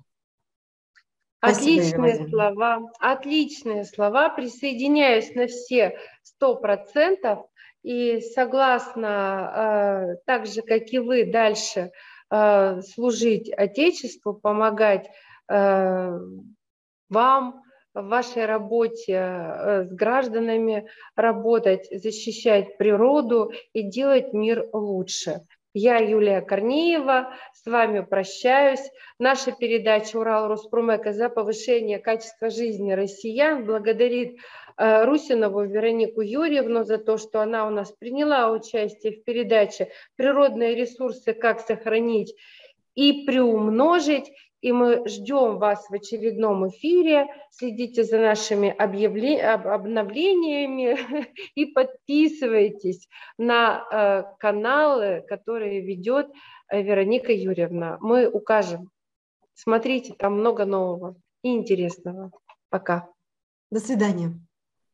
Отличные слова. Присоединяюсь на все 100% и согласна, так же, как и вы, дальше служить Отечеству, помогать вам в вашей работе с гражданами, работать, защищать природу и делать мир лучше. Я, Юлия Корнеева, с вами прощаюсь. Наша передача «Урал Роспромека» за повышение качества жизни россиян благодарит Русинову Веронику Юрьевну за то, что она у нас приняла участие в передаче «Природные ресурсы. Как сохранить и приумножить». И мы ждем вас в очередном эфире. Следите за нашими обновлениями и подписывайтесь на каналы, которые ведет Вероника Юрьевна. Мы укажем. Смотрите, там много нового и интересного. Пока. До свидания.